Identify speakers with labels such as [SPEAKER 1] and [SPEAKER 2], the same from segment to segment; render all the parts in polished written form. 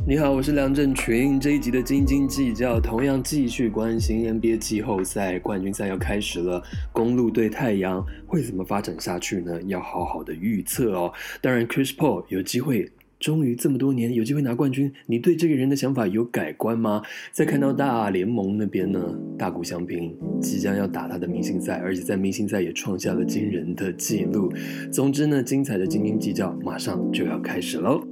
[SPEAKER 1] 你好，我是梁振群。这一集的斤斤计较，同样继续关心 NBA 季后赛冠军赛要开始了，公鹿对太阳会怎么发展下去呢？要好好的预测哦。当然 ，Chris Paul 有机会，终于这么多年有机会拿冠军，你对这个人的想法有改观吗？再看到大联盟那边呢，大谷翔平即将要打他的明星赛，而且在明星赛也创下了惊人的纪录。总之呢，精彩的斤斤计较马上就要开始喽。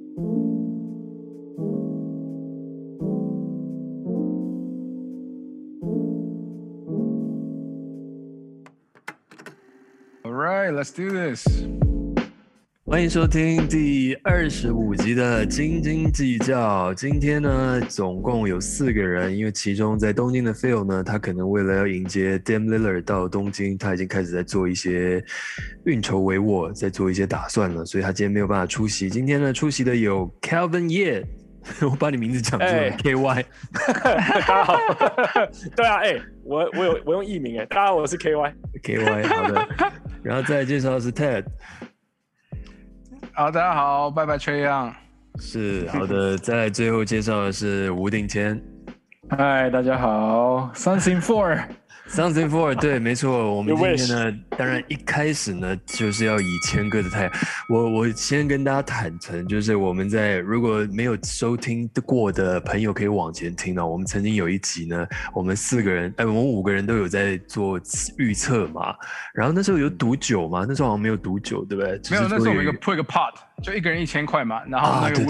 [SPEAKER 2] Alright, let's do this.
[SPEAKER 1] 欢迎收听第25集的斤斤计较。今天呢，总共有4个人，因为其中在东京的 Phil 呢，他可能为了要迎接 Dame Lillard 到东京，他已经开始在做一些运筹帷幄，在做一些打算了，所以他今天没有办法出席。今天呢，出席的有 Calvin Ye， 我把你名字讲出来 ，KY。
[SPEAKER 3] 大家好，对啊，我用艺名大家好，我是 KY，
[SPEAKER 1] 好的，然后再来介绍的是 Ted。
[SPEAKER 2] 好，大家好，拜拜崔样。
[SPEAKER 1] 是好的，再来最后介绍的是吴定谦。
[SPEAKER 4] 嗨，大家好 ，Something for。Something
[SPEAKER 1] for 对，没错，我们今天呢，当然一开始呢，就是要以谦哥的态，我先跟大家坦诚，就是我们在如果没有收听过的朋友可以往前听哦，我们曾经有一集呢，我们4个人，我们5个人都有在做预测嘛，然后那时候有赌酒嘛，那时候好像没有赌酒，对不对？
[SPEAKER 2] 没有，那时候我们put一个 pot， 就一个人1000块嘛，然后那个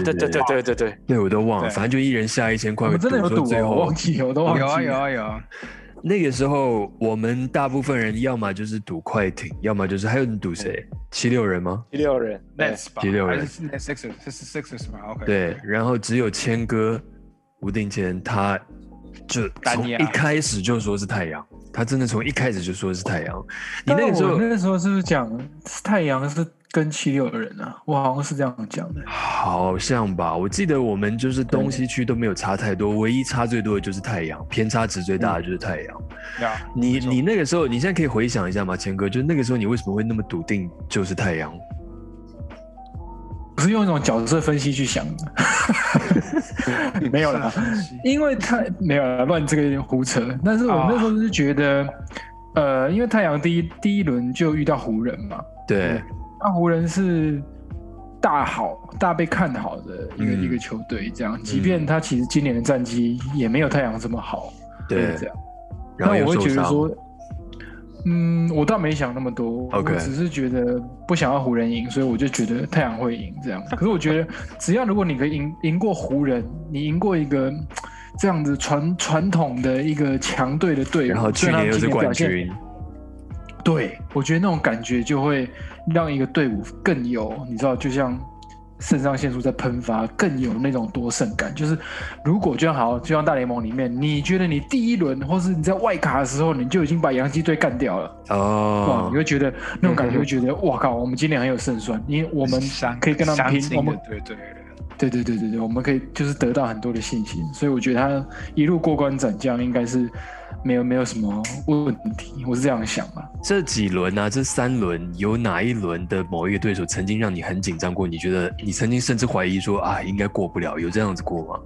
[SPEAKER 2] winner
[SPEAKER 3] 对，
[SPEAKER 1] 我都忘了，反正就一人下1000块，
[SPEAKER 4] 我真的有赌哦，我忘记，我都忘记，
[SPEAKER 2] 有。
[SPEAKER 1] 那个时候，我们大部分人要么就是赌快艇，要么就是还有人赌谁？76人吗
[SPEAKER 3] ？76人
[SPEAKER 2] ，Nets 吧
[SPEAKER 1] ，76人，
[SPEAKER 2] 还是 Sixers 嘛 ？OK。
[SPEAKER 1] 对，然后只有谦哥吴定谦，他就从一开始就说是太阳，他真的从一开始就说是太阳。
[SPEAKER 4] 你那个时候是不是讲太阳是跟76的人啊？我好像是这样讲的，
[SPEAKER 1] 好像吧。我记得我们就是东西区都没有差太多，唯一差最多的就是太阳，偏差值最大的就是太阳。你那个时候，你现在可以回想一下吗，谦哥？就是那个时候你为什么会那么笃定就是太阳？
[SPEAKER 4] 不是用一种角色分析去想的，没有啦，因为没有啦，乱这个胡扯。但是我那时候是觉得，因为太阳第一轮就遇到湖人嘛，
[SPEAKER 1] 对。
[SPEAKER 4] 那湖人是大被看好的一个球队，这样，即便他其实今年的战绩也没有太阳这么好，
[SPEAKER 1] 对，
[SPEAKER 4] 这样。那我会觉得说，我倒没想那么多，我只是觉得不想要湖人赢，所以我就觉得太阳会赢这样。可是我觉得，只要如果你可以赢过湖人，你赢过一个这样子传统的一个强队的队伍，
[SPEAKER 1] 然后去年又是冠军。
[SPEAKER 4] 对，我觉得那种感觉就会让一个队伍更有，你知道，就像肾上腺素在喷发，更有那种多胜感。就是如果就像大联盟里面，你觉得你第一轮或是你在外卡的时候，你就已经把洋基队干掉了哇，你会觉得那种感觉，会觉得哇靠，我们今年很有胜算，因为我们可以跟他们拼，我们对，我们可以就是得到很多的信心，所以我觉得他一路过关斩将应该是没有什么问题，我是这样想嘛。
[SPEAKER 1] 这几轮啊，这3轮有哪一轮的某一个对手曾经让你很紧张过？你觉得你曾经甚至怀疑说应该过不了，有这样子过吗？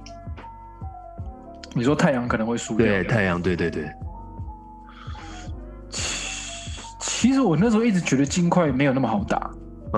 [SPEAKER 4] 你说太阳可能会输掉？
[SPEAKER 1] 对，太阳，对。
[SPEAKER 4] 其实我那时候一直觉得金块没有那么好打。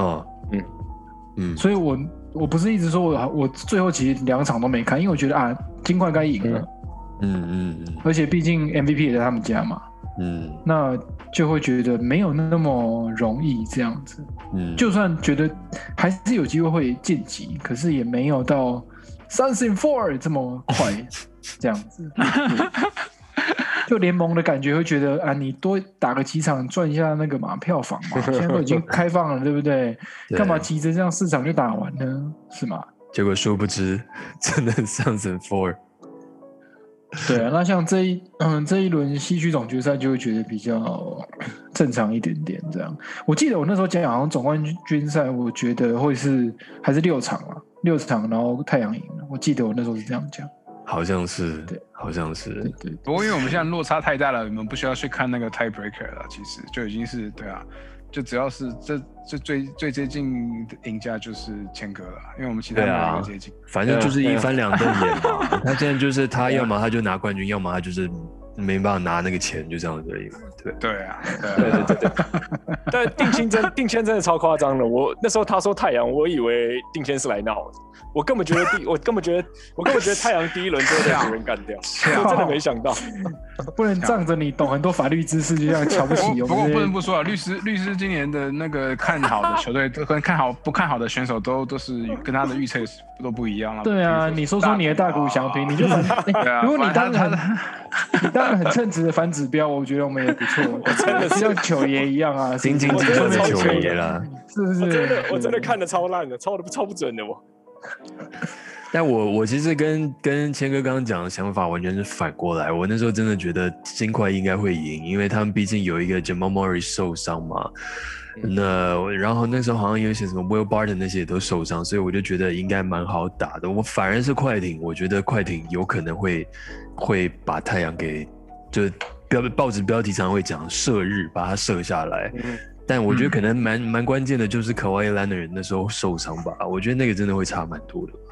[SPEAKER 4] 所以我不是一直说我最后其实2场都没看，因为我觉得金块该赢了。而且毕竟 MVP 也在他们家嘛。那就会觉得没有那么容易这样子。就算觉得还是有机会会晋级，可是也没有到 Something for 这么快这样子。就联盟的感觉会觉得你多打个几场赚一下那个票房嘛，现在都已经开放了，对不对？干嘛急着这样4场就打完呢？是吗？
[SPEAKER 1] 结果殊不知真的Something for。
[SPEAKER 4] 对啊，那像这一轮西区总决赛就会觉得比较正常一点点这样。我记得我那时候讲好像总冠军赛，我觉得会还是6场啊，6场然后太阳赢了。我记得我那时候是这样讲。
[SPEAKER 1] 好像是，
[SPEAKER 4] 对，
[SPEAKER 1] 好像是。
[SPEAKER 2] 不过因为我们现在落差太大了，我们不需要去看那个 tiebreaker 了，其实就已经是对啊。 就只要是这最接近的赢家就是千哥了，因为我们其他没有一个接近。
[SPEAKER 1] 反正就是一翻两瞪眼嘛。他现在就是他要么他就拿冠军，要么他就是没办法拿那个钱，就这样而已嘛。
[SPEAKER 2] 对啊。
[SPEAKER 3] 但定谦真的超夸张的。我那时候他说太阳，我以为定谦是来闹的。我根本觉得太阳第一轮就会被别人干掉，我真的没想到。
[SPEAKER 4] 不能仗着你懂很多法律知识就这样瞧不起。
[SPEAKER 2] 不过不能不说啊，律师今年的那个看好的球队跟不看好的选手都是跟他的预测都不一样了。
[SPEAKER 4] 对啊，你说你的大谷翔平，你就如果你当很称职的反指标，我觉得我们也不错。真的是像球爷一样啊，
[SPEAKER 1] 斤斤计较的球爷啦。
[SPEAKER 4] 是不是？
[SPEAKER 3] 我真的看得超烂的，超不准的我。
[SPEAKER 1] 但我其实跟谦哥刚刚讲的想法完全是反过来。我那时候真的觉得金块应该会赢，因为他们毕竟有一个 Jamal Murray 受伤嘛。然后那时候好像有一些什么 Will Barton 那些也都受伤，所以我就觉得应该蛮好打的。我反而是快艇，我觉得快艇有可能会把太阳给就报纸标题常会讲射日，把它射下来。但我觉得可能蛮关键的就是 Kawhi Leonard 那时候受伤吧，我觉得那个真的会差蛮多的。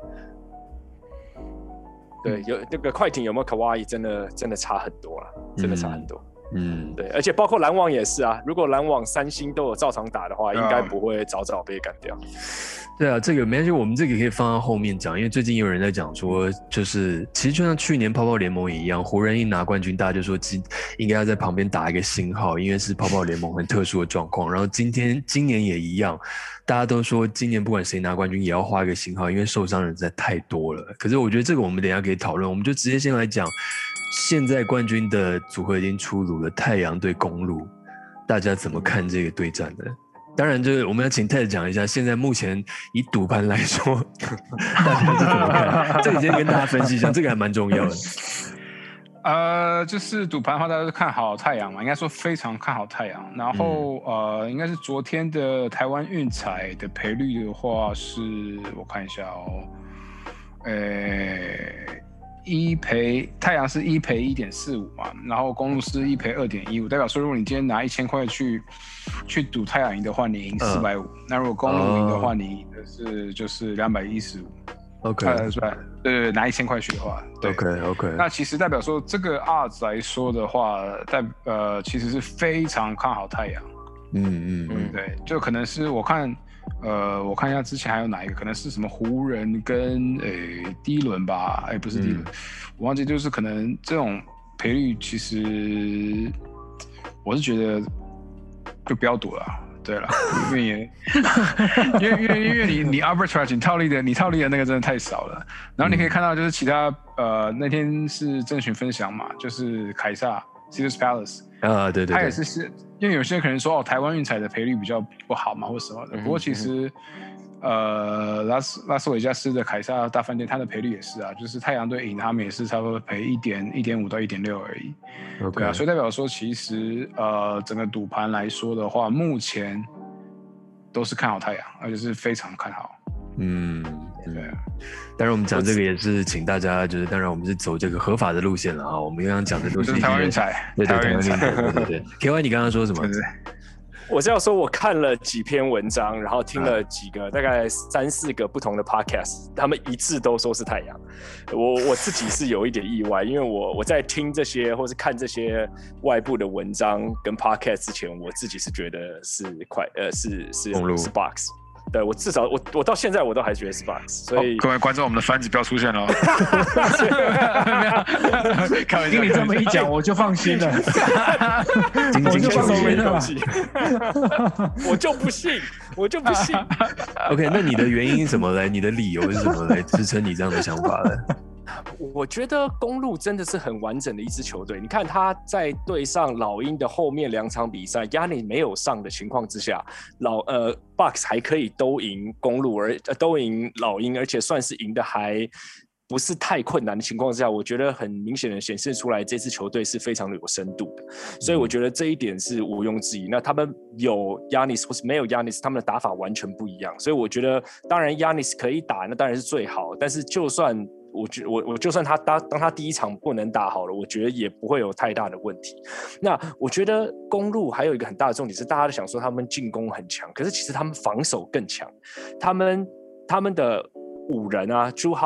[SPEAKER 3] 对，有那个快艇有没有 Kawhi 真的差很多了，真的差很多。对，而且包括篮网也是啊，如果篮网3星都有照常打的话，应该不会早被干掉。
[SPEAKER 1] 对啊，这个没关系，我们这个可以放到后面讲，因为最近有人在讲说，就是其实就像去年泡泡联盟也一样，湖人一拿冠军，大家就说应该要在旁边打一个星号，因为是泡泡联盟很特殊的状况。然后今年也一样，大家都说今年不管谁拿冠军也要画一个星号，因为受伤人实在太多了。可是我觉得这个我们等一下可以讨论，我们就直接先来讲，现在冠军的组合已经出炉了，太阳对公鹿，大家怎么看这个对战呢？当然，就是我们要请 Ted 讲一下，现在目前以赌盘来说，大家是怎么看？这里先跟大家分析一下，这个还蛮重要的。
[SPEAKER 2] 就是赌盘的话，大家都看好太阳嘛，应该说非常看好太阳。然后应该是昨天的台湾运彩的赔率的话是，我看一下哦，太阳是1赔1.45嘛，然后公鹿是1赔2.15，代表说如果你今天拿1000块去赌太阳赢的话，你赢450。那如果公鹿赢的话，你赢的是就是215。
[SPEAKER 1] OK，
[SPEAKER 2] 对，拿1000块去的话，对
[SPEAKER 1] ，OK。
[SPEAKER 2] 那其实代表说这个 odds 来说的话，其实是非常看好太阳。对，就可能是我看一下之前还有哪一个，可能是什么湖人跟第一轮吧，不是第一轮，我忘记，就是可能这种赔率，其实我是觉得就不要赌了。对了，因为你 arbitrage 你套利的那个真的太少了。然后你可以看到就是其他那天是郑群分享嘛，就是凯撒 Caesars Palace
[SPEAKER 1] 对，
[SPEAKER 2] 他也是因为有些人可能说台湾运彩的赔率比较不好嘛或什么的，不过其实拉斯维加斯的凯撒大饭店它的赔率也是啊，就是太阳队赢他们也是差不多赔1.5到1.6而已。对啊，所以代表说其实整个赌盘来说的话，目前都是看好太阳，而且是非常看好。对啊。
[SPEAKER 1] 当然我们讲这个也是请大家就是，当然我们是走这个合法的路线了啊。我们刚刚讲的都是
[SPEAKER 2] 台湾运彩，
[SPEAKER 1] 对台湾运彩，对。KY 你刚刚说什么？
[SPEAKER 3] 我是要说，我看了几篇文章，然后听了几个大概3-4个不同的 podcast， 他们一致都说是太阳。我自己是有一点意外，因为我在听这些或是看这些外部的文章跟 podcast 之前，我自己是觉得是是 Box。对，我至少我到现在我都还觉得是 Box， 所以
[SPEAKER 2] 各位观众，我们的番子不要出现了。
[SPEAKER 4] 听你这么一讲，我就放心了。
[SPEAKER 3] 我就放心了，我就不信。
[SPEAKER 1] OK， 那你的原因是什么来？你的理由是什么来支撑你这样的想法呢？
[SPEAKER 3] 我觉得公鹿真的是很完整的一支球队。你看他在对上老鹰的后面2场比赛，Giannis没有上的情况之下，Bucks 还可以都赢公鹿，都赢老鹰，而且算是赢的还不是太困难的情况之下，我觉得很明显的显示出来这支球队是非常的有深度的。所以我觉得这一点是毋庸置疑。那他们有 Giannis 或是没有 Giannis， 他们的打法完全不一样。所以我觉得，当然 Giannis 可以打，那当然是最好。但是就算我就算当他第一场不能打好了，我觉得也不会有太大的问题。那我觉得公鹿还有一个很大的重点是，大家都想说他们进攻很强，可是其实他们防守更强。他们的5人啊 ，Jrue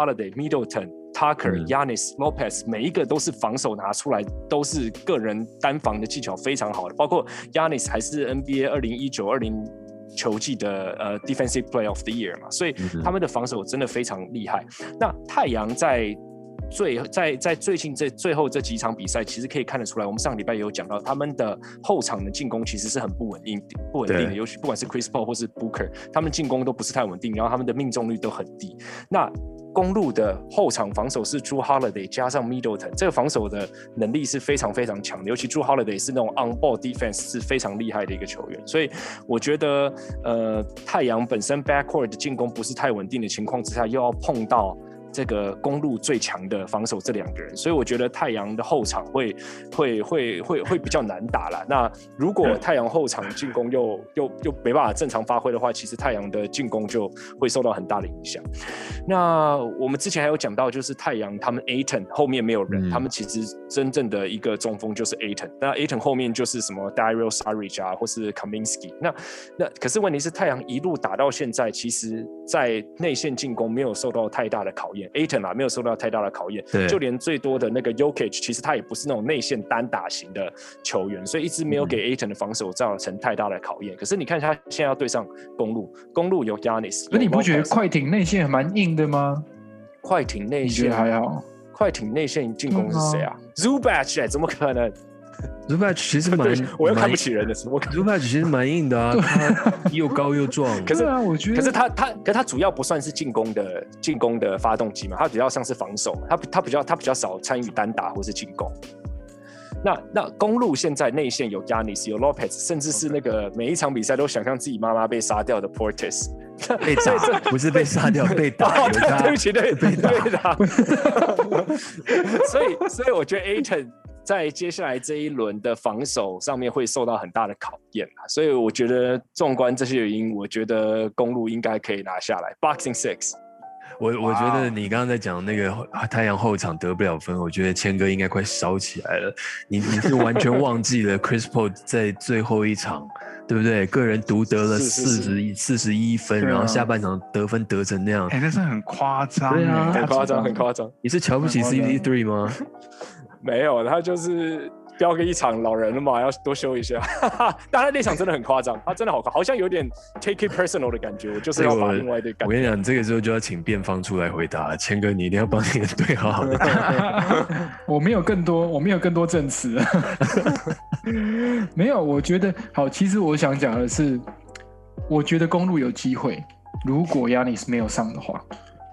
[SPEAKER 3] Holiday、Middleton、Tucker、Giannis、Lopez， 每一个都是防守拿出来都是个人单防的技巧非常好的，包括 Giannis 还是 NBA 2019-20球季的Defensive Player of the Year 嘛，所以他们的防守真的非常厉害。那太阳在最近最后这几场比赛，其实可以看得出来，我们上个礼拜也有讲到，他们的后场的进攻其实是很不稳定的，尤其不管是 Chris Paul 或是 Booker， 他们进攻都不是太稳定，然后他们的命中率都很低。那公鹿的后场防守是 Jrue Holiday 加上 Middleton， 这个防守的能力是非常非常强的，尤其 Jrue Holiday 是那种 on ball defense 是非常厉害的一个球员，所以我觉得太阳本身 backcourt 的进攻不是太稳定的情况之下，又要碰到这个公鹿最强的防守这2个人，所以我觉得太阳的后场会比较难打啦。那如果太阳后场进攻又没办法正常发挥的话，其实太阳的进攻就会受到很大的影响。那我们之前还有讲到，就是太阳他们 Ayton 后面没有人，他们其实真正的一个中锋就是 Ayton， 那 Ayton 后面就是什么 Dario Saric 啊，或是 Kaminsky。那可是问题是太阳一路打到现在，其实在内线进攻没有受到太大的考验。Ayton 啊，没有受到太大的考验，就连最多的那个 Jokic， 其实他也不是那种内线单打型的球员，所以一直没有给 Ayton 的防守造成太大的考验。可是你看他现在要对上公鹿有 Giannis，
[SPEAKER 4] 可你不觉得快艇内线蛮硬的吗？
[SPEAKER 3] 快艇内线
[SPEAKER 4] 还好，
[SPEAKER 3] 快艇内线进攻是谁啊？Zubac 怎么可能
[SPEAKER 1] ？Zubac 其实
[SPEAKER 3] 我又看不起人的时候
[SPEAKER 1] ，Zubac 其实蛮硬的啊，他又高又壮。
[SPEAKER 3] 可是我觉得，可是他主要不算是进攻的发动机嘛，他比较像是防守嘛，他比较少参与单打或是进攻。那公鹿现在内线有 Giannis 有 Lopez， 甚至是那个每一场比赛都想象自己妈妈被杀掉的 Portis。
[SPEAKER 1] 被打不是被杀掉，被打。
[SPEAKER 3] 对不起，对，
[SPEAKER 1] 被打。
[SPEAKER 3] 所以我觉得 Ayton 在接下来这一轮的防守上面会受到很大的考验，所以我觉得纵观这些原因，我觉得公鹿应该可以拿下来 Boxing 6。
[SPEAKER 1] 我觉得你刚刚在讲那个太阳后场得不了分，我觉得谦哥应该快烧起来了。你是完全忘记了 Chris Paul 在最后一场，对不对？个人独得了41分，然后下半场得分得成那样，
[SPEAKER 2] 那是很夸张，
[SPEAKER 3] 对啊，很夸张。
[SPEAKER 1] 你是瞧不起 CP3 吗？
[SPEAKER 3] 没有，他就是标个一场老人了嘛，要多休一下。但他那场真的很夸张，他真的好像有点 take it personal 的感觉，我就是要把另外的感觉。
[SPEAKER 1] 我跟你讲，这个时候就要请辩方出来回答，谦哥你一定要帮你的队好好的。
[SPEAKER 4] 我没有更多证词。没有，我觉得好。其实我想讲的是，我觉得公鹿有机会，如果 Giannis 没有上的话。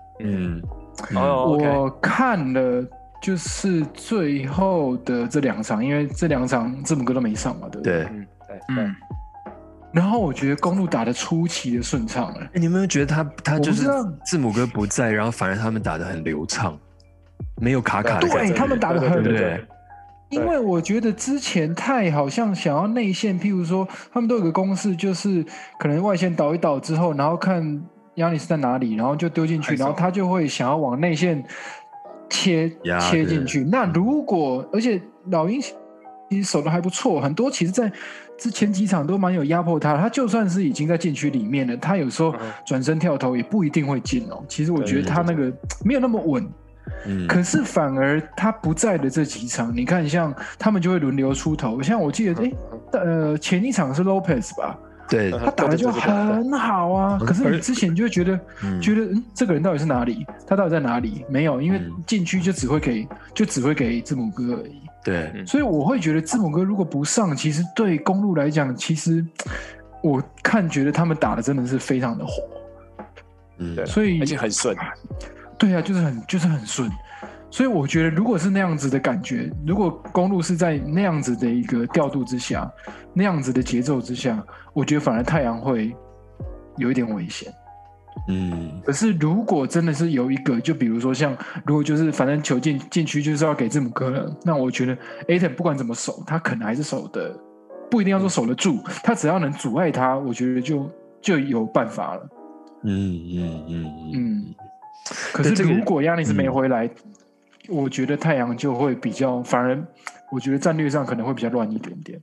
[SPEAKER 4] 我看了。就是最后的这2场，因为这2场字母哥都没上嘛，对不对？对。然后我觉得公鹿打得出奇的顺畅了。
[SPEAKER 1] 你有没有觉得他就是字母哥不在，然后反而他们打得很流畅，没有卡的感觉。
[SPEAKER 4] 对，他们打得很对。因为我觉得之前太好像想要内线，譬如说他们都有个公式，就是可能外线导一导之后，然后看Giannis在哪里，然后就丢进去，然后他就会想要往内线。切进去。那如果而且老鹰其实守得还不错，很多其实在之前几场都蛮有压迫他就算是已经在禁区里面了，他有时候转身跳投也不一定会进哦。其实我觉得他那个没有那么稳。可是反而他不在的这几场，你看像他们就会轮流出头，像我记得前一场是 Lopez 吧。
[SPEAKER 1] 对，
[SPEAKER 4] 他打的就很好啊，可是你之前就会觉得这个人到底是哪里？他到底在哪里？没有，因为禁区就只会给字母哥而已。
[SPEAKER 1] 对，
[SPEAKER 4] 所以我会觉得字母哥如果不上，其实对公鹿来讲，其实我觉得他们打的真的是非常的火。所以
[SPEAKER 3] 而且很顺。
[SPEAKER 4] 对啊，就是很顺。所以我觉得，如果是那样子的感觉，如果公鹿是在那样子的一个调度之下，那样子的节奏之下，我觉得反而太阳会有一点危险。可是如果真的是有一个，就比如说像，如果就是反正球禁区就是要给字母哥了，那我觉得 Ayton 不管怎么守，他可能还是守的，不一定要说守得住，他只要能阻碍他，我觉得就有办法了。 可是如果亚尼斯没回来，我觉得太阳就会比较，反而我觉得战略上可能会比较乱一点点。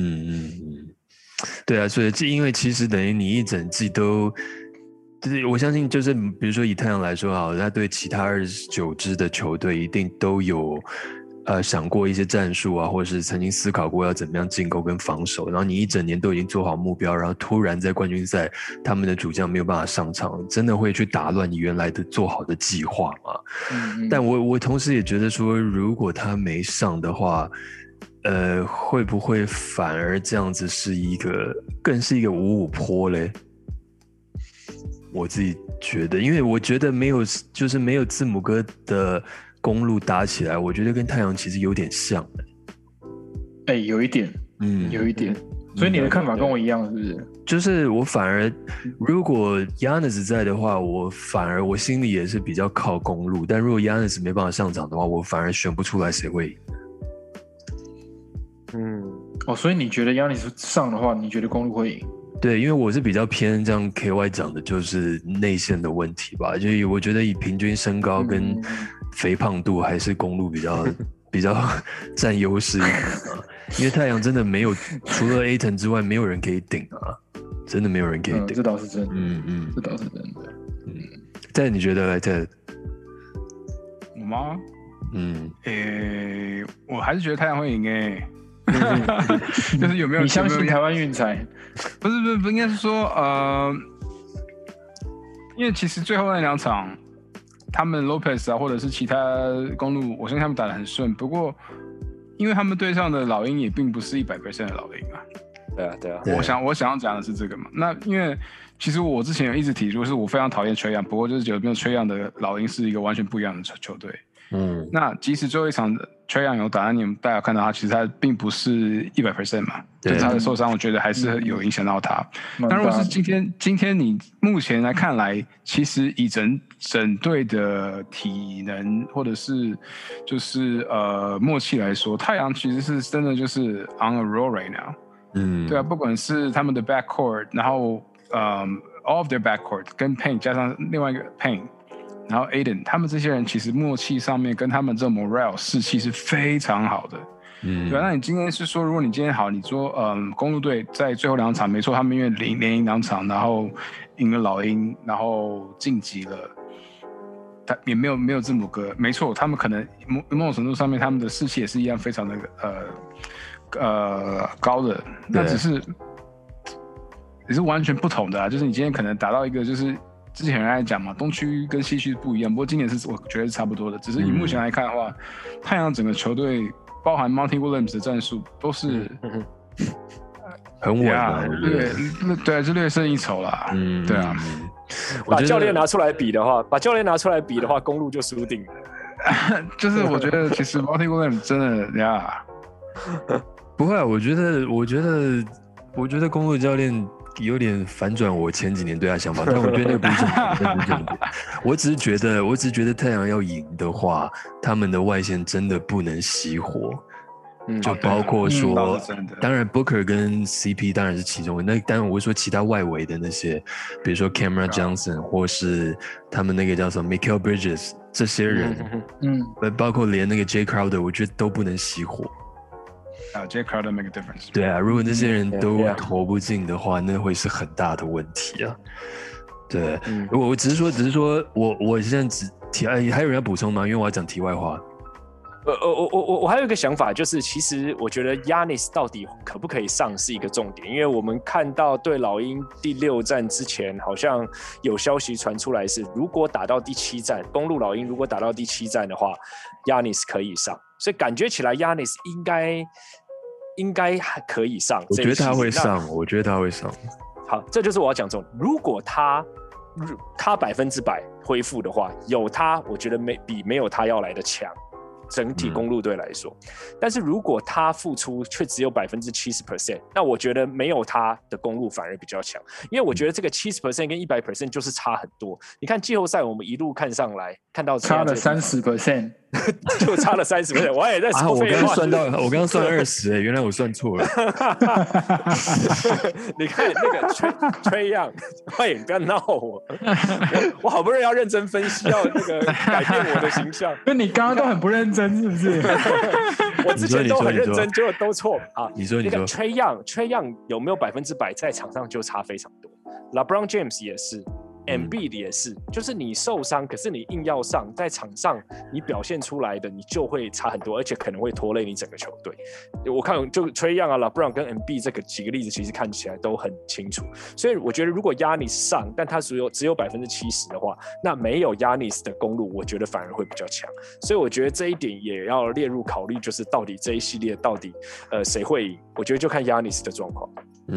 [SPEAKER 1] 对啊，所以因为其实等于你一整季都，就是我相信，就是比如说以太阳来说好，他对其他29支的球队一定都有想过一些战术啊，或者是曾经思考过要怎么样进攻跟防守，然后你一整年都已经做好目标，然后突然在冠军赛他们的主将没有办法上场，真的会去打乱你原来的做好的计划吗？但我同时也觉得说，如果他没上的话，会不会反而这样子更是一个五五波嘞？我自己觉得，因为我觉得没有字母哥的公路打起来，我觉得跟太阳其实有点像。
[SPEAKER 4] 有一点，有一点。所以你的看法跟我一样，是不是？
[SPEAKER 1] 就是我反而，如果 Giannis 在的话，我心里也是比较靠公路。但如果 Giannis 没办法上场的话，我反而选不出来谁会赢。
[SPEAKER 4] 所以你觉得 Giannis 上的话，你觉得公路会赢？
[SPEAKER 1] 对，因为我是比较偏这样 KY 讲的，就是内线的问题吧。就是我觉得以平均身高跟肥胖度，还是公路比较占优势一点啊。因为太阳真的没有，除了 Ayton 之外，没有人可以顶啊，真的没有人可以顶。
[SPEAKER 4] 这倒是真的。这倒是真的。
[SPEAKER 1] 但你觉得在
[SPEAKER 2] 我吗？我还是觉得太阳会赢就是有没有
[SPEAKER 4] 你相信台湾运彩？
[SPEAKER 2] 不应该是说因为其实最后那2场，他们 Lopez 啊，或者是其他公路，我相信他们打得很顺。不过，因为他们队上的老鹰也并不是100% 的老鹰啊。
[SPEAKER 3] 对啊。
[SPEAKER 2] 我想要讲的是这个嘛。那因为其实我之前有一直提出，是我非常讨厌Trae Young，不过就是有没有Trae Young的老鹰是一个完全不一样的球队。那即使最后一场Trae Young有打，你们大家看到他其实他并不是100% 嘛，就是他的受伤，我觉得还是有影响到他。那如果是今天你目前来看来，其实以整队的体能或者是就是默契来说，太阳其实是真的就是 on a roll right now。对啊，不管是他们的 backcourt， 然后all of their backcourt 跟 Payne 加上另外一个 Payne。然后 Ayton 他们这些人其实默契上面跟他们这 morale 士气是非常好的。对啊，那你今天是说，如果你今天好，你说公路队在最后2场没错，他们因为连赢2场，然后赢了老鹰，然后晋级了，他也没有字母哥，没错，他们可能某种程度上面他们的士气也是一样非常的高的，那只是完全不同的啊，就是你今天可能打到一个就是。之前有人来讲嘛，东区跟西区不一样，不过今年我觉得是差不多的。只是以目前来看的话，太阳整个球队，包含 Monty Williams 的战术，都是
[SPEAKER 1] 很稳的。
[SPEAKER 2] 对，就略胜一筹啦。对啊。
[SPEAKER 3] 把教练拿出来比的话，公路就输定了。
[SPEAKER 2] 就是我觉得其实 Monty Williams 真的呀，
[SPEAKER 1] 不会啊，我觉得公路教练。有点反转我前几年对他想法，但我觉得那个不是重点。我只是觉得太阳要赢的话，他们的外线真的不能熄火，就包括说，当然 Booker 跟 CP 当然是其中，那当然我会说其他外围的那些，比如说 Cameron Johnson 或是他们那个叫什么 Mikal Bridges 这些人，包括连那个 Jay Crowder， 我觉得都不能熄火。
[SPEAKER 2] Jay Crowder make a difference。
[SPEAKER 1] 对啊，如果那些人都投不进的话，那会是很大的问题啊。对，我只是说，我现在还有人要补充吗？因为我要讲题外话。
[SPEAKER 3] 我还有一个想法，就是其实我觉得 Giannis 到底可不可以上是一个重点，因为我们看到对老鹰第6战之前，好像有消息传出来是，如果打到第7战，公路老鹰如果打到第7战的话 ，Giannis 可以上，所以感觉起来 Giannis 应该还可以上。
[SPEAKER 1] 我觉得他会上，
[SPEAKER 3] 好，这就是我要讲重点。如果他100%恢复的话，有他，我觉得比没有他要来的强。 整体公路队来说。但是如果他付出却只有70%，那我觉得没有他的公路反而比较强，因为我觉得这个70%跟100% 就是差很多。你看季后赛，我们一路看上来，看到
[SPEAKER 4] 差了30%。
[SPEAKER 3] 就差了30%，我也在说废话。
[SPEAKER 1] 我刚刚算20，原来我算错了。
[SPEAKER 3] 你看那个Trae Young，快点不要闹我好不容易要认真分析，要那个改变我的形象。
[SPEAKER 4] 那你刚刚都很不认真，是不是？
[SPEAKER 3] 我之前都很认真，结果都错啊。
[SPEAKER 1] 你说
[SPEAKER 3] 那个 Trae Young 有没有100%在场上就差非常多。LeBron James 也是。Embiid 也是，就是你受伤，可是你硬要上，在场上你表现出来的，你就会差很多，而且可能会拖累你整个球队。我看就 Trae Young 啊、LeBron 跟 Embiid 这个几个例子，其实看起来都很清楚。所以我觉得，如果 Giannis 上，但他只有70%的话，那没有 Giannis 的公路，我觉得反而会比较强。所以我觉得这一点也要列入考虑，就是到底这一系列到底谁会赢？我觉得就看 Giannis 的状况。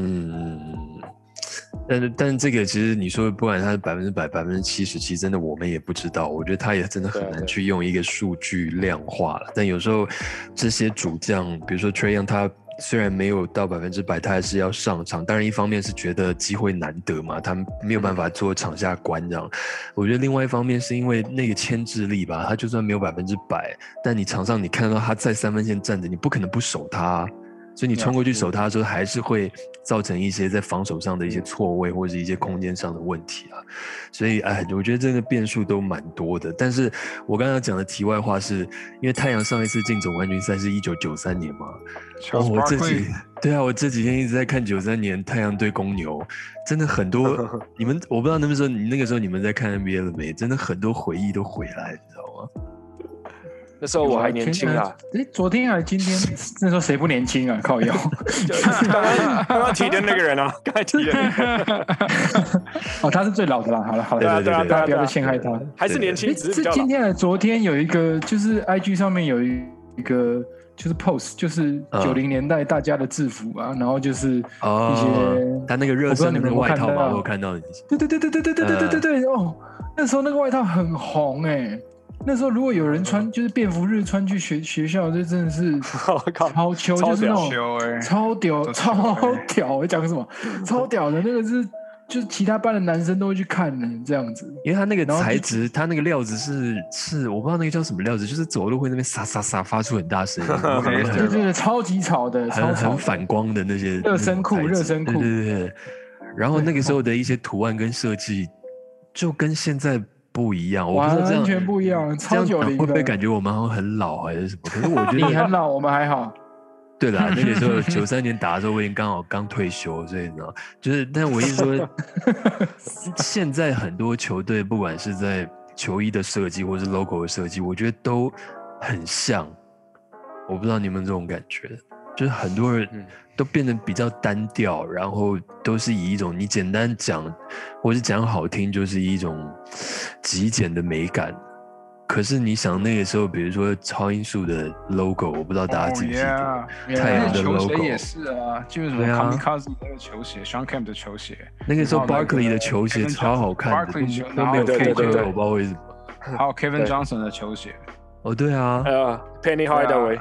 [SPEAKER 1] 但是这个其实你说不管他是100%、70%，其实真的我们也不知道。我觉得他也真的很难去用一个数据量化了。但有时候这些主将，比如说 Trae Young， 他虽然没有到100%，他还是要上场。当然一方面是觉得机会难得嘛，他没有办法做场下观这样。我觉得另外一方面是因为那个牵制力吧，他就算没有100%，但你场上你看到他在3分线站着，你不可能不守他。所以你冲过去守他的时候，还是会造成一些在防守上的一些错位，或者是一些空间上的问题啊。所以，我觉得这个变数都蛮多的。但是我刚刚讲的题外话是，因为太阳上一次进总冠军赛是1993年嘛。我这几天一直在看93年太阳对公牛，真的很多。我不知道那个时候你们在看 NBA 了没？真的很多回忆都回来，你知道吗？
[SPEAKER 3] 那时候我还年轻啊！
[SPEAKER 4] 昨天还今天，那时候谁不年轻啊？靠腰，
[SPEAKER 3] 刚刚提的那个人啊，刚才提的那个。
[SPEAKER 4] 哦，他是最老的啦。好了，
[SPEAKER 3] 对啊，
[SPEAKER 4] 大家不要再陷害他。
[SPEAKER 3] 还是年轻，只是比较老。
[SPEAKER 4] 今天昨天有一个，就是 IG 上面有一个，就是 post， 就是90年代大家的制服啊，然后就是一些
[SPEAKER 1] 他那个热身的外套嘛，我看到。
[SPEAKER 4] 对哦，那时候那个外套很红哎。那时候如果有人穿，就是便服日穿去学校，这真的是超秋，就是那种超屌！我讲什么？超屌的那个是，就是其他班的男生都会去看的这样子。
[SPEAKER 1] 因为他那个材质，他那个料子是我不知道那个叫什么料子，就是走路会那边沙沙沙发出很大声音，
[SPEAKER 4] 对，超级吵的，
[SPEAKER 1] 很反光的那些
[SPEAKER 4] 热身裤，
[SPEAKER 1] 对。然后那个时候的一些图案跟设计，就跟现在不一样，我不知道这样
[SPEAKER 4] 完全不一样，超90的。
[SPEAKER 1] 会不会感觉我们好像很老还是什么？可是我觉得
[SPEAKER 4] 你很老，我们还好。
[SPEAKER 1] 对啦，那个时候93年打的时候，我已经刚退休，所以呢，就是，但我意思说，现在很多球队不管是在球衣的设计或是 logo 的设计，我觉得都很像。我不知道你们这种感觉，就是很多人都变得比较单调，然后都是以一种你简单讲，或是讲好听，就是一种极简的美感。可是你想那个时候，比如说超音速的 logo， 我不知道大家记不记得，太阳的 logo
[SPEAKER 2] 球鞋也是啊，就是什么 Kamikaze 那个球鞋 ，Sean Kemp 的球鞋，
[SPEAKER 1] 那个时候 Barkley 的球鞋超好看的，都没有 KJ， 我不知道为什么。
[SPEAKER 2] 还有 Kevin Johnson 的球鞋，
[SPEAKER 1] 哦对啊
[SPEAKER 3] ，Penny Hardaway。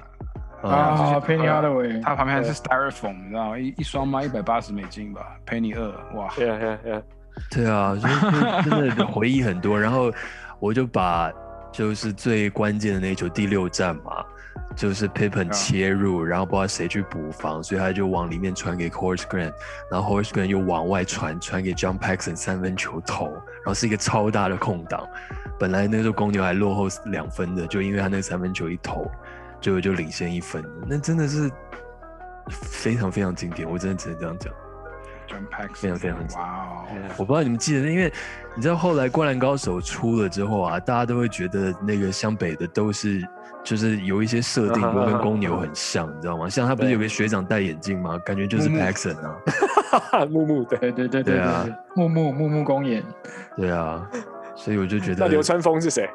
[SPEAKER 4] Penny Hardaway，
[SPEAKER 2] 他旁边还是 Styrofoam， 你知道吗？一双卖$180吧 ，Penny 2，哇！
[SPEAKER 1] 对啊，真的回忆很多。然后我就把就是最关键的那一球第6战嘛，就是 Pippen 切入，然后不知道谁去补防，所以他就往里面传给 Horace Grant， 然后 Horace Grant 又往外传给 John Paxson 3分球投，然后是一个超大的空档。本来那时候公牛还落后2分的，就因为他那个3分球一投。就领先1分，那真的是非常非常经典，我真的只能这样讲。非常非常
[SPEAKER 2] 哇哦！
[SPEAKER 1] 我不知道你们记得，因为你知道后来《灌篮高手》出了之后啊，大家都会觉得那个湘北的都是就是有一些设定都跟公牛很像，你知道吗？像他不是有个学长戴眼镜吗？感觉就是 Paxson 啊，
[SPEAKER 3] 木
[SPEAKER 4] 对啊，木公演，
[SPEAKER 1] 对啊，所以我就觉得
[SPEAKER 3] 那流川枫是谁？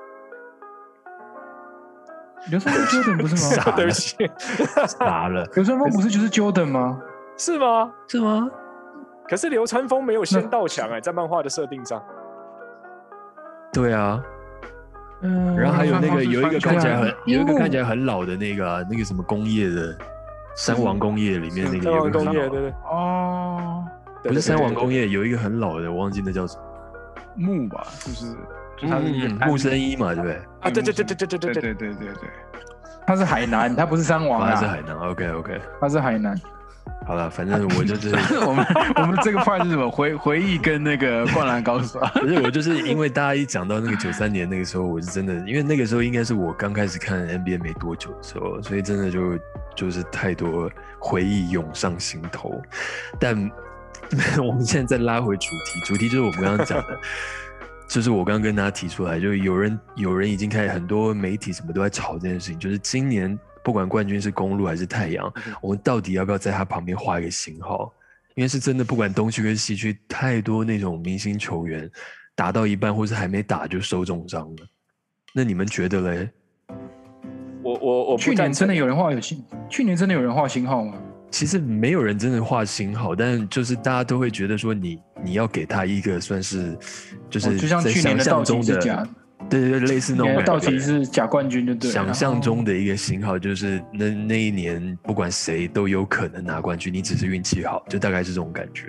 [SPEAKER 4] 流川枫 Jordan 不是吗？
[SPEAKER 3] 对不起，
[SPEAKER 1] 傻了。
[SPEAKER 4] 流川枫不是就是 Jordan 吗？
[SPEAKER 3] 是吗？
[SPEAKER 1] 是吗？
[SPEAKER 3] 可是流川枫没有先到墙在漫画的设定上。
[SPEAKER 1] 对啊， 然后还有那个有一个看起来很老的那个什么工业的山王工业里面那个
[SPEAKER 3] 山王工业对
[SPEAKER 2] 哦，
[SPEAKER 1] 不是山王工业有一个很老的，我忘记那叫什么
[SPEAKER 2] 木吧，就是他
[SPEAKER 1] 木生一嘛，对不对？
[SPEAKER 3] 啊，对，
[SPEAKER 4] 他是海南，他不是山王啊，
[SPEAKER 1] 他是海南 ，OK，
[SPEAKER 4] 他是海南。
[SPEAKER 1] 好了，反正我就是
[SPEAKER 2] 我们这个 part 是什么回忆跟那个灌篮高手。
[SPEAKER 1] 不是，我就是因为大家一讲到那个93年那个时候，我是真的，因为那个时候应该是我刚开始看 NBA 没多久的时候，所以真的就是太多回忆涌上心头。但我们现在再拉回主题就是我们刚刚讲的，就是我刚刚跟大家提出来，就有人已经开始很多媒体什么都在吵这件事情，就是今年。不管冠军是公鹿还是太阳，我们到底要不要在他旁边画一个星号？因为是真的，不管东区跟西区，太多那种明星球员打到一半或是还没打就受重伤了。那你们觉得嘞？
[SPEAKER 3] 我
[SPEAKER 4] 去年真的有人画星号吗？
[SPEAKER 1] 其实没有人真的画星号，但就是大家都会觉得说你要给他一个算是就是
[SPEAKER 4] 就像去年的道奇是假的。
[SPEAKER 1] 对，类似那种
[SPEAKER 4] 道奇是假冠军，就对了。
[SPEAKER 1] 想象中的一个星号就是那一年不管谁都有可能拿冠军，你只是运气好，就大概是这种感觉。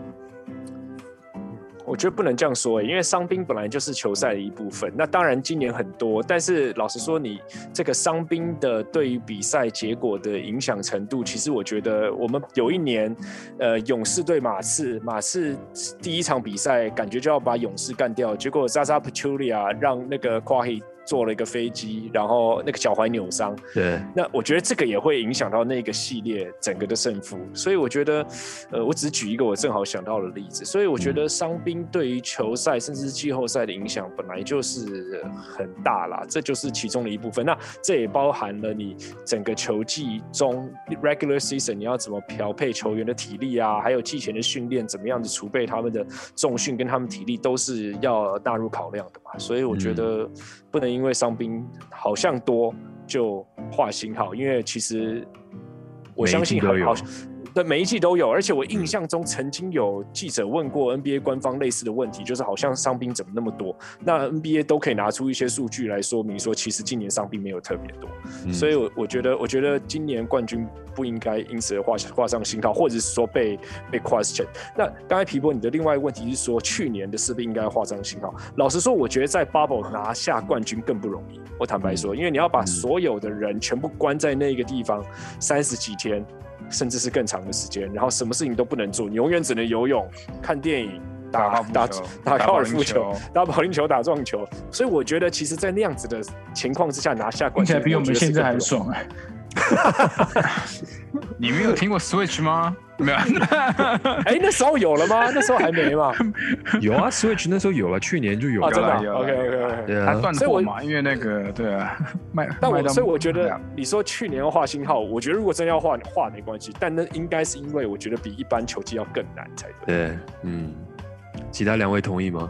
[SPEAKER 3] 我觉得不能这样说，因为伤兵本来就是球赛的一部分。那当然今年很多，但是老实说，你这个伤兵的对于比赛结果的影响程度，其实我觉得我们有一年，勇士对马刺第一场比赛感觉就要把勇士干掉，结果 Zaza Pachulia 让那个 Kawhi 坐了一个飞机，然后那个脚踝扭伤。
[SPEAKER 1] 对，
[SPEAKER 3] 那我觉得这个也会影响到那个系列整个的胜负。所以我觉得，我只是举一个我正好想到的例子。所以我觉得伤兵对于球赛甚至是季后赛的影响本来就是很大啦，这就是其中的一部分。那这也包含了你整个球季中 regular season 你要怎么调配球员的体力啊，还有季前的训练怎么样子储备他们的重训跟他们体力都是要纳入考量的嘛。所以我觉得不能因为伤兵好像多就画星号，因为其实我相信好对，每一季都有，而且我印象中曾经有记者问过 NBA 官方类似的问题，就是好像伤兵怎么那么多？那 NBA 都可以拿出一些数据来说明说，其实今年伤兵没有特别多，所以我觉得今年冠军不应该因此画上星号，或者是说被 question。那刚才皮波你的另外一个问题是说，去年的是不是应该画上星号？老实说，我觉得在 Bubble 拿下冠军更不容易。我坦白说，因为你要把所有的人全部关在那个地方30几天。甚至是更长的时间，然后什么事情都不能做，你永远只能游泳、看电影、打高尔夫球、打保龄球、打撞球。所以我觉得，其实，在那样子的情况之下拿下冠军，
[SPEAKER 4] 听起来比我们现在还爽哎。
[SPEAKER 2] 你没有听过 Switch 吗？没有。
[SPEAKER 3] 哎，那时候有了吗？那时候还没嘛。
[SPEAKER 1] 有啊 ，Switch 那时候有了，去年就有了。
[SPEAKER 3] 真的 ？OK。
[SPEAKER 1] 对啊。
[SPEAKER 2] 他断货嘛，因为那个对啊，
[SPEAKER 3] 所以我觉得你说去年要画星号，我觉得如果真要画没关系，但那应该是因为我觉得比一般球季要更难才对。
[SPEAKER 1] 对，其他两位同意吗？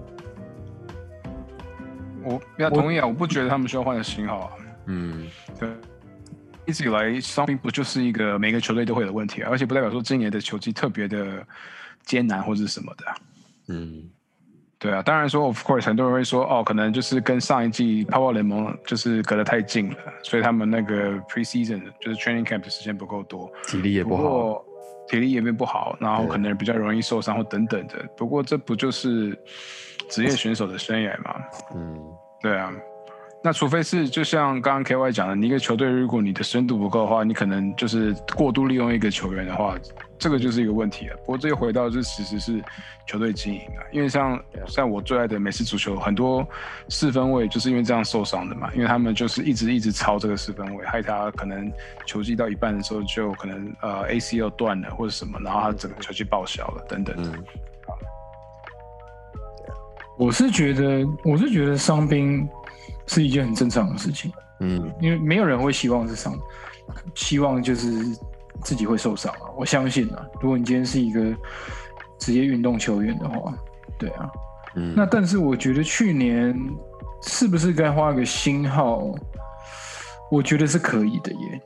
[SPEAKER 2] 我要同意啊，我不觉得他们需要换星号啊。对。一直以来，伤兵不就是一个每个球队都会有的问题，而且不代表说今年的球季特别的艰难或者是什么的。对啊，当然说 ，of course， 很多人会说，可能就是跟上一季泡泡联盟就是隔得太近了，所以他们那个 preseason 就是 training camp 的时间不够多，
[SPEAKER 1] 体力也不好，
[SPEAKER 2] 不好，然后可能比较容易受伤或等等的。不过这不就是职业选手的生涯吗？对啊。那除非是就像刚刚 KY 讲的，你一个球队如果你的深度不够的话，你可能就是过度利用一个球员的话，这个就是一个问题了。不过这又回到这其实是球队经营啊，因为像我最爱的美式足球，很多四分卫就是因为这样受伤的嘛，因为他们就是一直超这个四分卫，害他可能球季到一半的时候就可能ACL 断了或者什么，然后他整个球季报销了等等。
[SPEAKER 4] 我是觉得伤兵是一件很正常的事情，因为没有人会希望就是自己会受伤啊。我相信啊，如果你今天是一个职业运动球员的话，对啊，那但是我觉得去年是不是该画个星号？我觉得是可以的耶。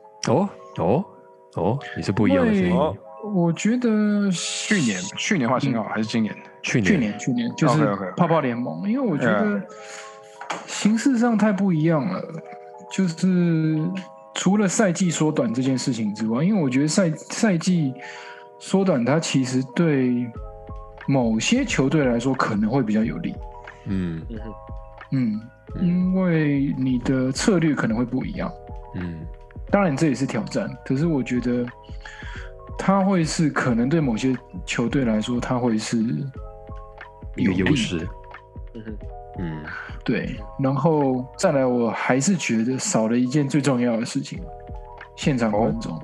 [SPEAKER 1] 你是不一样的声音。
[SPEAKER 4] 我觉得
[SPEAKER 2] 去年画星号还是今年？
[SPEAKER 4] 去年就是泡泡联盟，因为我觉得形式上太不一样了，就是除了赛季缩短这件事情之外，因为我觉得赛季缩短，它其实对某些球队来说可能会比较有利。因为你的策略可能会不一样。当然这也是挑战，可是我觉得它会是可能对某些球队来说，它会是
[SPEAKER 1] 一个优势。
[SPEAKER 4] 对，然后再来，我还是觉得少了一件最重要的事情，现场观众。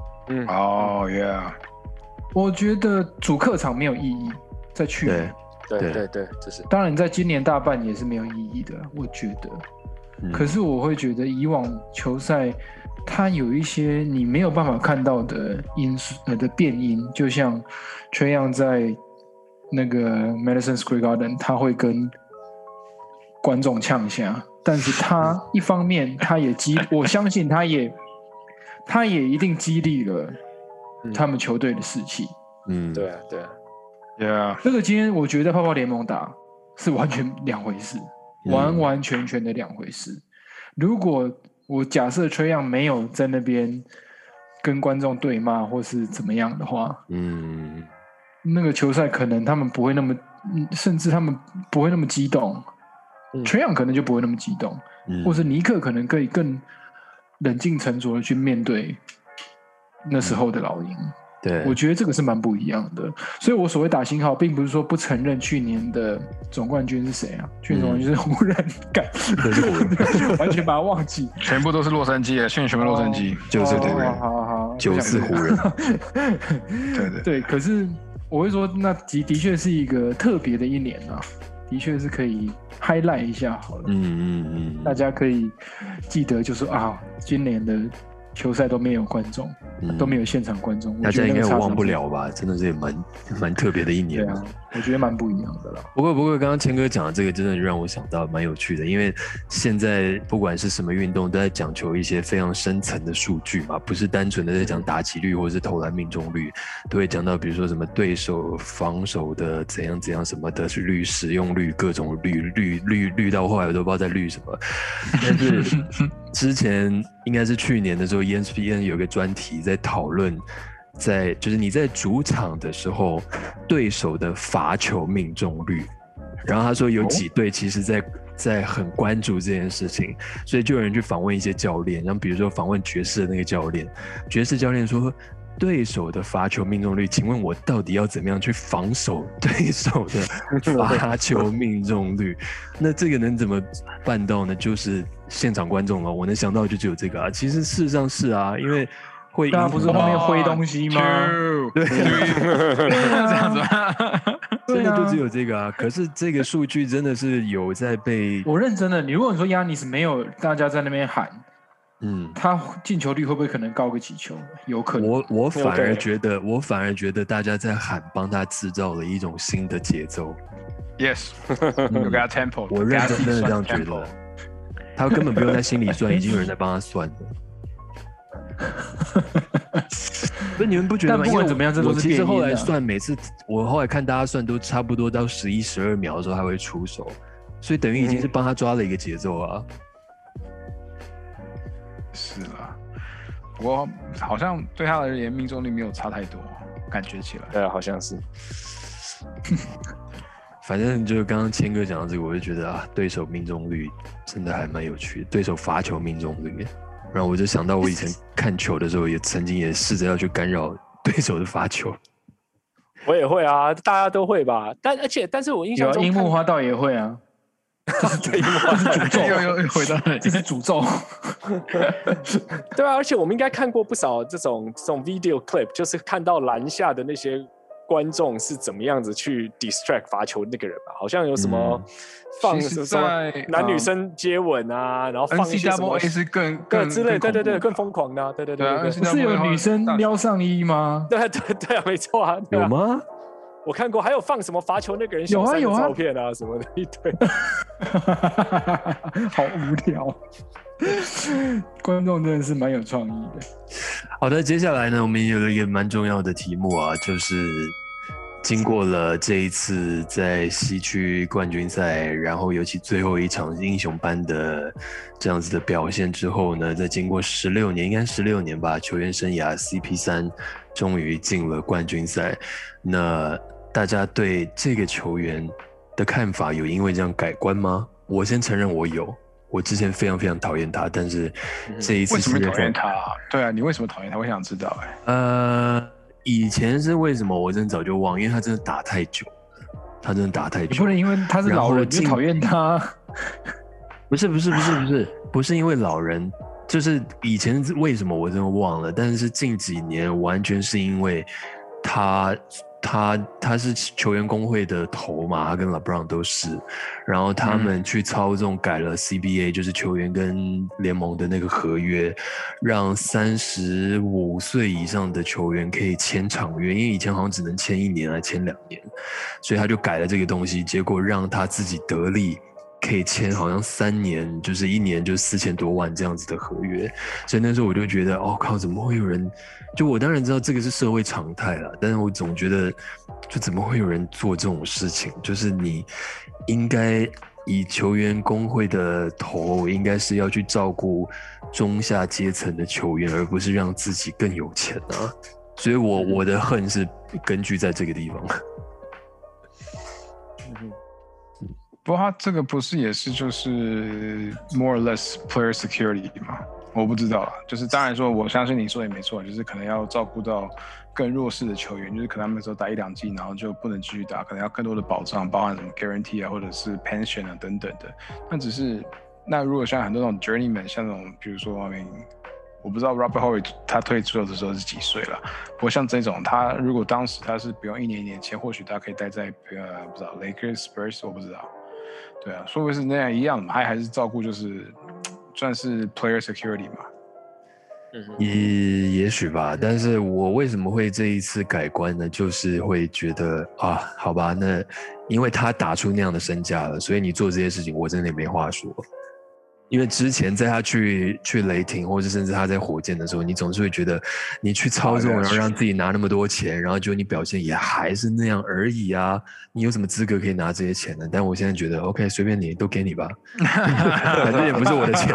[SPEAKER 2] yeah。
[SPEAKER 4] 我觉得主客场没有意义，在去年。
[SPEAKER 3] 对，这是。
[SPEAKER 4] 当然，在今年大半也是没有意义的，我觉得。可是我会觉得以往球赛，它有一些你没有办法看到的因素的变因，就像Trae Young在那个 Madison Square Garden， 他会跟观众呛下，但是他一方面他也我相信他也一定激励了他们球队的士气。
[SPEAKER 3] 对啊。
[SPEAKER 2] Yeah，
[SPEAKER 4] 这个今天我觉得泡泡联盟打是完全两回事，完完全全的两回事。如果我假设Trae Young没有在那边跟观众对骂或是怎么样的话，那个球赛可能他们不会那么，甚至他们不会那么激动。Trae Young可能就不会那么激动，或是尼克可能可以更冷静沉着的去面对那时候的老鹰。
[SPEAKER 1] 对，
[SPEAKER 4] 我觉得这个是蛮不一样的，所以我所谓打星号，并不是说不承认去年的总冠军是谁啊？去年总冠军是湖人，完全把它忘记，
[SPEAKER 2] 全部都是洛杉矶的，去年全部洛杉矶，
[SPEAKER 1] 就是湖人，
[SPEAKER 4] 好
[SPEAKER 1] 94湖人，
[SPEAKER 4] 对。可是我会说，那的确是一个特别的一年啊，的确是可以 highlight 一下好了，大家可以记得，就是今年的球赛都没有观众，都没有现场观众，
[SPEAKER 1] 大家应该也忘不了吧？真的是也蛮特别的一年。
[SPEAKER 4] 对啊，我觉得蛮不一样的啦。
[SPEAKER 1] 不过，刚刚谦哥讲的这个，真的让我想到蛮有趣的，因为现在不管是什么运动，都在讲求一些非常深层的数据嘛，不是单纯的在讲打击率或者是投篮命中率，都会讲到比如说什么对手防守的怎样什么的率、使用率、各种率到后来我都不知道在率什么。但是之前应该是去年的时候 ，ESPN 有个专题在讨论，就是你在主场的时候，对手的罚球命中率。然后他说有几队其实在很关注这件事情，所以就有人去访问一些教练，然后比如说访问爵士的那个教练，爵士教练说。对手的罚球命中率，请问我到底要怎么样去防守对手的罚球命中率？那这个能怎么办到呢？就是现场观众嘛，我能想到就只有这个啊。其实事实上是啊，因为会
[SPEAKER 4] 大家不是后面挥东西吗？
[SPEAKER 2] 对，这样子吗？
[SPEAKER 1] 真的就只有这个啊。可是这个数据真的是有在被
[SPEAKER 4] 我认真的。如果你说亚尼斯没有大家在那边喊。他进球率会不会可能高个几球？有可能。
[SPEAKER 1] 我反而觉得大家在喊，帮他制造了一种新的节奏。
[SPEAKER 2] Yes， 有给他 tempo。
[SPEAKER 1] 我认真的这样觉得，他根本不用在心里算，已经有人在帮他算了。不是你们不觉得吗？
[SPEAKER 4] 但不管怎么样，这都是
[SPEAKER 1] 其实后来算，每次我后来看大家算都差不多到11、12秒的时候他会出手，所以等于已经是帮他抓了一个节奏啊。
[SPEAKER 2] 是啦，我好像对他而言命中率没有差太多，感觉起来。
[SPEAKER 3] 对啊，好像是。
[SPEAKER 1] 反正就刚刚谦哥讲到这个，我就觉得对手命中率真的还蛮有趣的，对手罚球命中率。然后我就想到我以前看球的时候，也曾经也试着要去干扰对手的罚球。
[SPEAKER 3] 我也会啊，大家都会吧。但是我印象中，
[SPEAKER 4] 樱木花道也会啊。这是诅咒，
[SPEAKER 2] 又回到了，
[SPEAKER 4] 这是诅咒。
[SPEAKER 3] 对啊，而且我们应该看过不少这种 video clip， 就是看到篮下的那些观众是怎么样子去 distract 罚球那个人吧？好像有什么放什么男女生接吻啊，然后放一些什么
[SPEAKER 2] NCAA 是更
[SPEAKER 3] 之类，对，更疯狂的，对，
[SPEAKER 4] 不是有女生撩上衣吗？
[SPEAKER 3] 对啊，没错啊，
[SPEAKER 1] 有吗？
[SPEAKER 3] 我看过，还有放什么罚球那个人小三的照片啊什么的，一堆，
[SPEAKER 4] 好无聊。观众真的是蛮有创意的。
[SPEAKER 1] 好的，接下来呢，我们有了一个蛮重要的题目啊，就是经过了这一次在西区冠军赛，然后尤其最后一场英雄般的这样子的表现之后呢，在经过16年，应该16年吧，球员生涯 CP3 终于进了冠军赛。那大家对这个球员的看法有因为这样改观吗？我先承认我有，我之前非常非常讨厌他，但是这一次
[SPEAKER 2] 为什么讨厌他？对啊，你为什么讨厌他？我想知道
[SPEAKER 1] 以前是为什么？我真的早就忘，因为他真的打太久了，他真的打太久。
[SPEAKER 4] 你不能因为他是老人就讨厌他。
[SPEAKER 1] 不是因为老人，就是以前为什么我真的忘了，但是近几年完全是因为他是球员工会的头嘛，他跟 LeBron 都是，然后他们去操纵改了 CBA， 就是球员跟联盟的那个合约，让35岁以上的球员可以签长约，因为以前好像只能签1年还签2年，所以他就改了这个东西，结果让他自己得利。可以签好像3年，就是1年就4000多万这样子的合约，所以那时候我就觉得，哦靠，怎么会有人？就我当然知道这个是社会常态啦，但是我总觉得，就怎么会有人做这种事情？就是你应该以球员工会的头，应该是要去照顾中下阶层的球员，而不是让自己更有钱啊。所以我的恨是根据在这个地方。
[SPEAKER 2] 不过他这个不是也是就是 more or less player security 吗？我不知道啦，就是当然说，我相信你说也没错，就是可能要照顾到更弱势的球员，就是可能他们说打1-2季，然后就不能继续打，可能要更多的保障，包含什么 guarantee 啊，或者是 pension 啊等等的。那如果像很多那种 journeyman， 像那种比如说我不知道 Robert Horry 他退出的时候是几岁了。不过像这种，他如果当时他是不用1年签，或许他可以待在不知道 Lakers、Spurs， 我不知道。对啊，说不定是那样一样嘛，还是照顾就是算是 player security 嘛。
[SPEAKER 1] 也许吧，但是我为什么会这一次改观呢？就是会觉得啊，好吧，那因为他打出那样的身价了，所以你做这些事情，我真的也没话说。因为之前在他去雷霆，或者甚至他在火箭的时候，你总是会觉得你去操纵，然后让自己拿那么多钱，然后结果你表现也还是那样而已啊！你有什么资格可以拿这些钱呢？但我现在觉得 OK， 随便你，都给你吧，反正也不是我的钱。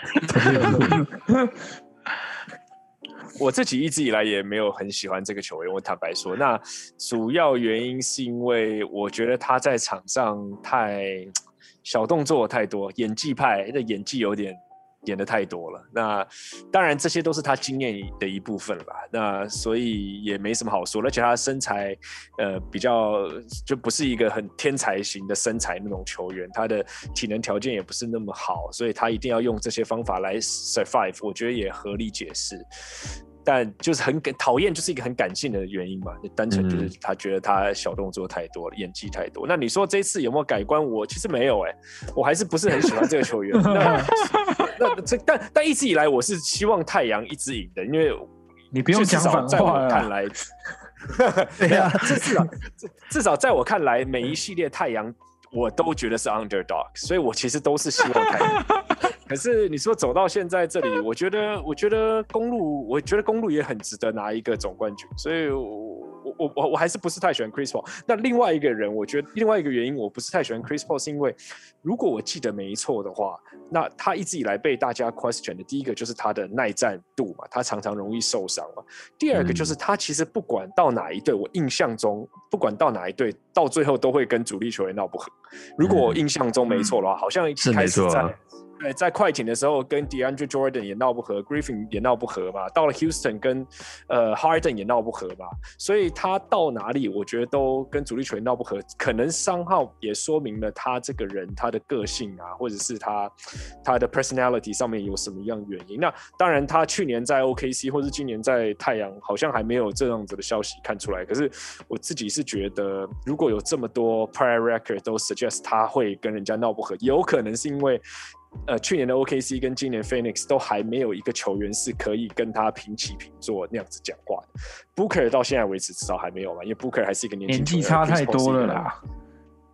[SPEAKER 3] 我自己一直以来也没有很喜欢这个球员，我坦白说，那主要原因是因为我觉得他在场上太小动作太多，演技派的演技有点演得太多了。那当然这些都是他经验的一部分吧。那所以也没什么好说，而且他的身材比较就不是一个很天才型的身材那种球员，他的体能条件也不是那么好，所以他一定要用这些方法来 survive， 我觉得也合理解释。但就是很讨厌，就是一个很感性的原因嘛，单纯就是他觉得他小动作太多了，演技太多。那你说这次有没有改观？我其实没有我还是不是很喜欢这个球员。但一直以来我是希望太阳一直赢的，因为
[SPEAKER 4] 你不用讲反
[SPEAKER 3] 在
[SPEAKER 4] 话
[SPEAKER 3] 我看来，对啊，至少在我看来，每一系列太阳我都觉得是 underdog， 所以我其实都是希望太阳。可是你说走到现在这里，我觉得公路也很值得拿一个总冠军，所以我还是不是太喜欢 Chris Paul。那另外一个人，我觉得另外一个原因我不是太喜欢 Chris Paul， 是因为如果我记得没错的话，那他一直以来被大家 question 的第一个就是他的耐战度嘛，他常常容易受伤嘛。第二个就是他其实不管到哪一队，我印象中不管到哪一队，到最后都会跟主力球员闹不和。如果我印象中没错的话，好像一开始在快艇的时候跟 DeAndre Jordan 也闹不和 ，Griffin 也闹不和嘛，到了 Houston 跟Harden 也闹不和嘛，所以他到哪里我觉得都跟主力球员闹不和，可能伤号也说明了他这个人他的个性啊，或者是他的 personality 上面有什么样原因。那当然他去年在 OKC 或是今年在太阳好像还没有这样子的消息看出来，可是我自己是觉得如果有这么多 prior record 都 suggest 他会跟人家闹不和，有可能是因为去年的 OKC 跟今年 Phoenix 都还没有一个球员是可以跟他平起平坐那样子讲话的。Booker 到现在为止至少还没有嘛，因为 Booker 还是一个年轻球员，
[SPEAKER 4] 年纪差太多了啦。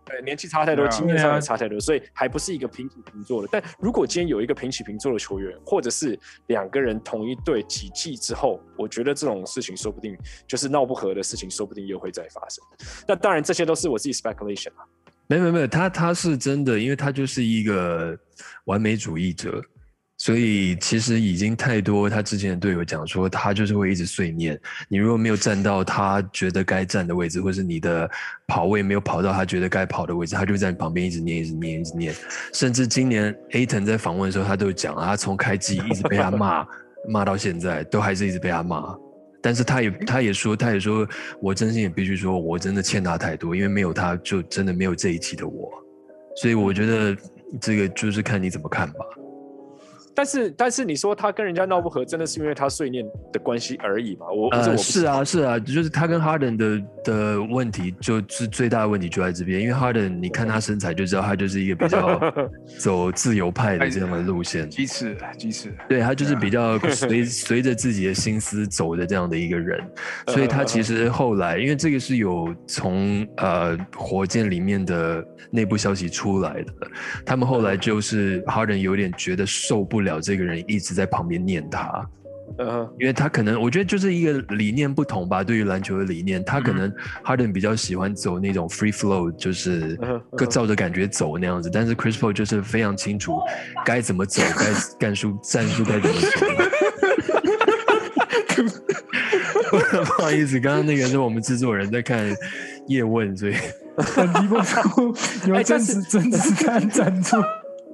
[SPEAKER 3] 对，年纪差太多，经验上也差太多，所以还不是一个平起平坐的。但如果今天有一个平起平坐的球员，或者是2个人同一队几季之后，我觉得这种事情说不定就是闹不和的事情，说不定又会再发生。那当然，这些都是我自己 speculation 啊。
[SPEAKER 1] 没有，他是真的，因为他就是一个完美主义者。所以其实已经太多，他之前的队友讲说，他就是会一直碎念。你如果没有站到他觉得该站的位置，或是你的跑位没有跑到他觉得该跑的位置，他就在你旁边一直念。甚至今年 Ayton 在访问的时候，他都讲啊，他从开季一直被他骂到现在，都还是一直被他骂。但是他也说，我真心也必须说，我真的欠他太多，因为没有他，就真的没有这一期的我。所以我觉得这个就是看你怎么看吧。
[SPEAKER 3] 但是你说他跟人家闹不和，真的是因为他碎念的关系而已嘛？
[SPEAKER 1] 是啊，就是他跟 Harden 的问题，就是最大的问题就在这边。因为 Harden 你看他身材就知道，他就是一个比较走自由派的这样的路线，
[SPEAKER 2] 鸡翅，
[SPEAKER 1] 对，他就是比较随着自己的心思走的这样的一个人。所以他其实后来，因为这个是有从火箭里面的内部消息出来的，他们后来就是 Harden 有点觉得受不了这个人一直在旁边念他，因为他可能我觉得就是一个理念不同吧，对于篮球的理念，他可能 Harden 比较喜欢走那种 free flow， 就是照着感觉走那样子，但是 Chris Paul 就是非常清楚该怎么走，该战术该怎么走。不好意思，刚刚那个是我们制作人在看叶问，所以
[SPEAKER 4] 本题播出由真实看赞助。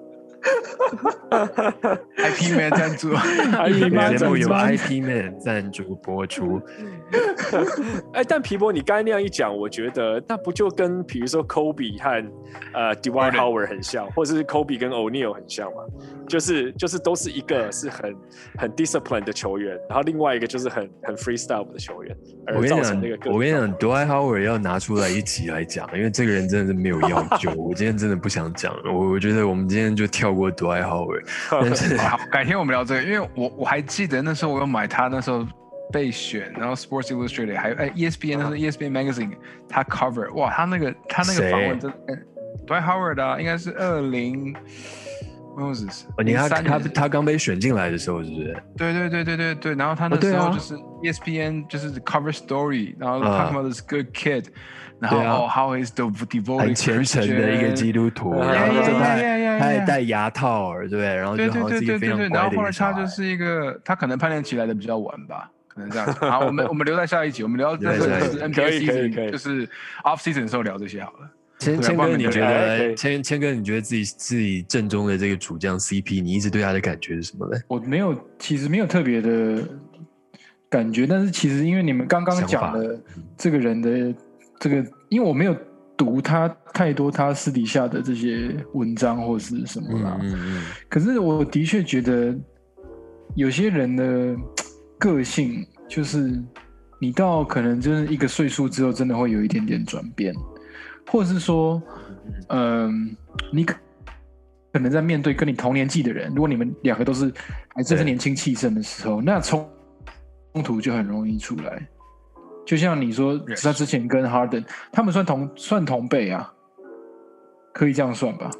[SPEAKER 2] IP Man 赞助，
[SPEAKER 1] 节目由 IP Man 赞助播出。
[SPEAKER 3] 但皮波，你刚才那样一讲，我觉得那不就跟比如说 Kobe 和Dwight Howard 很像，或者是 Kobe 跟 O'Neal 很像嘛？就是都是一个是很 disciplined 的球员，然后另外一个就是很 freestyle 的球员。
[SPEAKER 1] 我跟你讲 ，Dwight Howard 要拿出来一起来讲，因为这个人真的是没有要求。我今天真的不想讲，我觉得我们今天就跳过 Dwight Howard。但是
[SPEAKER 2] 好，改天我们聊这个，因为我还记得那时候我有买他那时候备选，然后 Sports Illustrated 还有ESPN 那时候 ESPN Magazine 他 cover， 哇，他那个访问真的 Dwight Howard 啊，应该是20。
[SPEAKER 1] 你看他刚被选进来的时候是不是？
[SPEAKER 2] 对，然后他那时候就是 ESPN 就是 cover story， 然后 talk about this good kid， 然后how he's devoted
[SPEAKER 1] 很虔诚的一个基督徒，然后他还戴牙套，对，然后就好像是一个非常乖的一个小孩。
[SPEAKER 2] 然后后来他就是一个，他可能叛逆起来的比较晚吧，可能这样子。好，我们留在下一集，我们聊这个 NBA season， 就是 off season 的时候聊这些好了。
[SPEAKER 1] 谦哥，你觉得谦哥，你觉得自己阵中的这个主将 CP， 你一直对他的感觉是什么呢？
[SPEAKER 4] 我其实没有特别的感觉，但是其实因为你们刚刚讲的这个人的这个，因为我没有读他太多他私底下的这些文章或是什么啦，可是我的确觉得有些人的个性就是你到可能就是一个岁数之后，真的会有一点点转变。或者是说，你可能在面对跟你同年纪的人，如果你们两个都是还是年轻气盛的时候，那冲突就很容易出来。就像你说，他之前跟 Harden 他们算同辈啊，可以这样算吧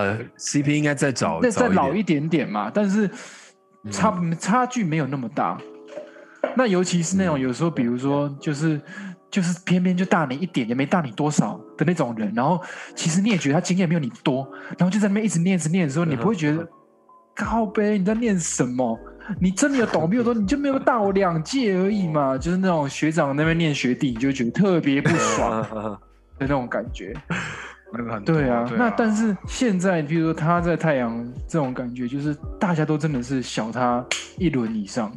[SPEAKER 1] ？CP 应该再
[SPEAKER 4] 老一点点嘛，但是差距没有那么大。那尤其是那种有时候，比如说就是偏偏就大你一点，也没大你多少的那种人，然后其实你也觉得他经验没有你多，然后就在那边一直念的时候，你不会觉得靠北你在念什么？你真的有懂比我多，你就没有大我2届而已嘛，就是那种学长那边念学弟，你就觉得特别不爽的那种感觉。对啊，那但是现在，比如说他在太阳这种感觉，就是大家都真的是小他1轮以上。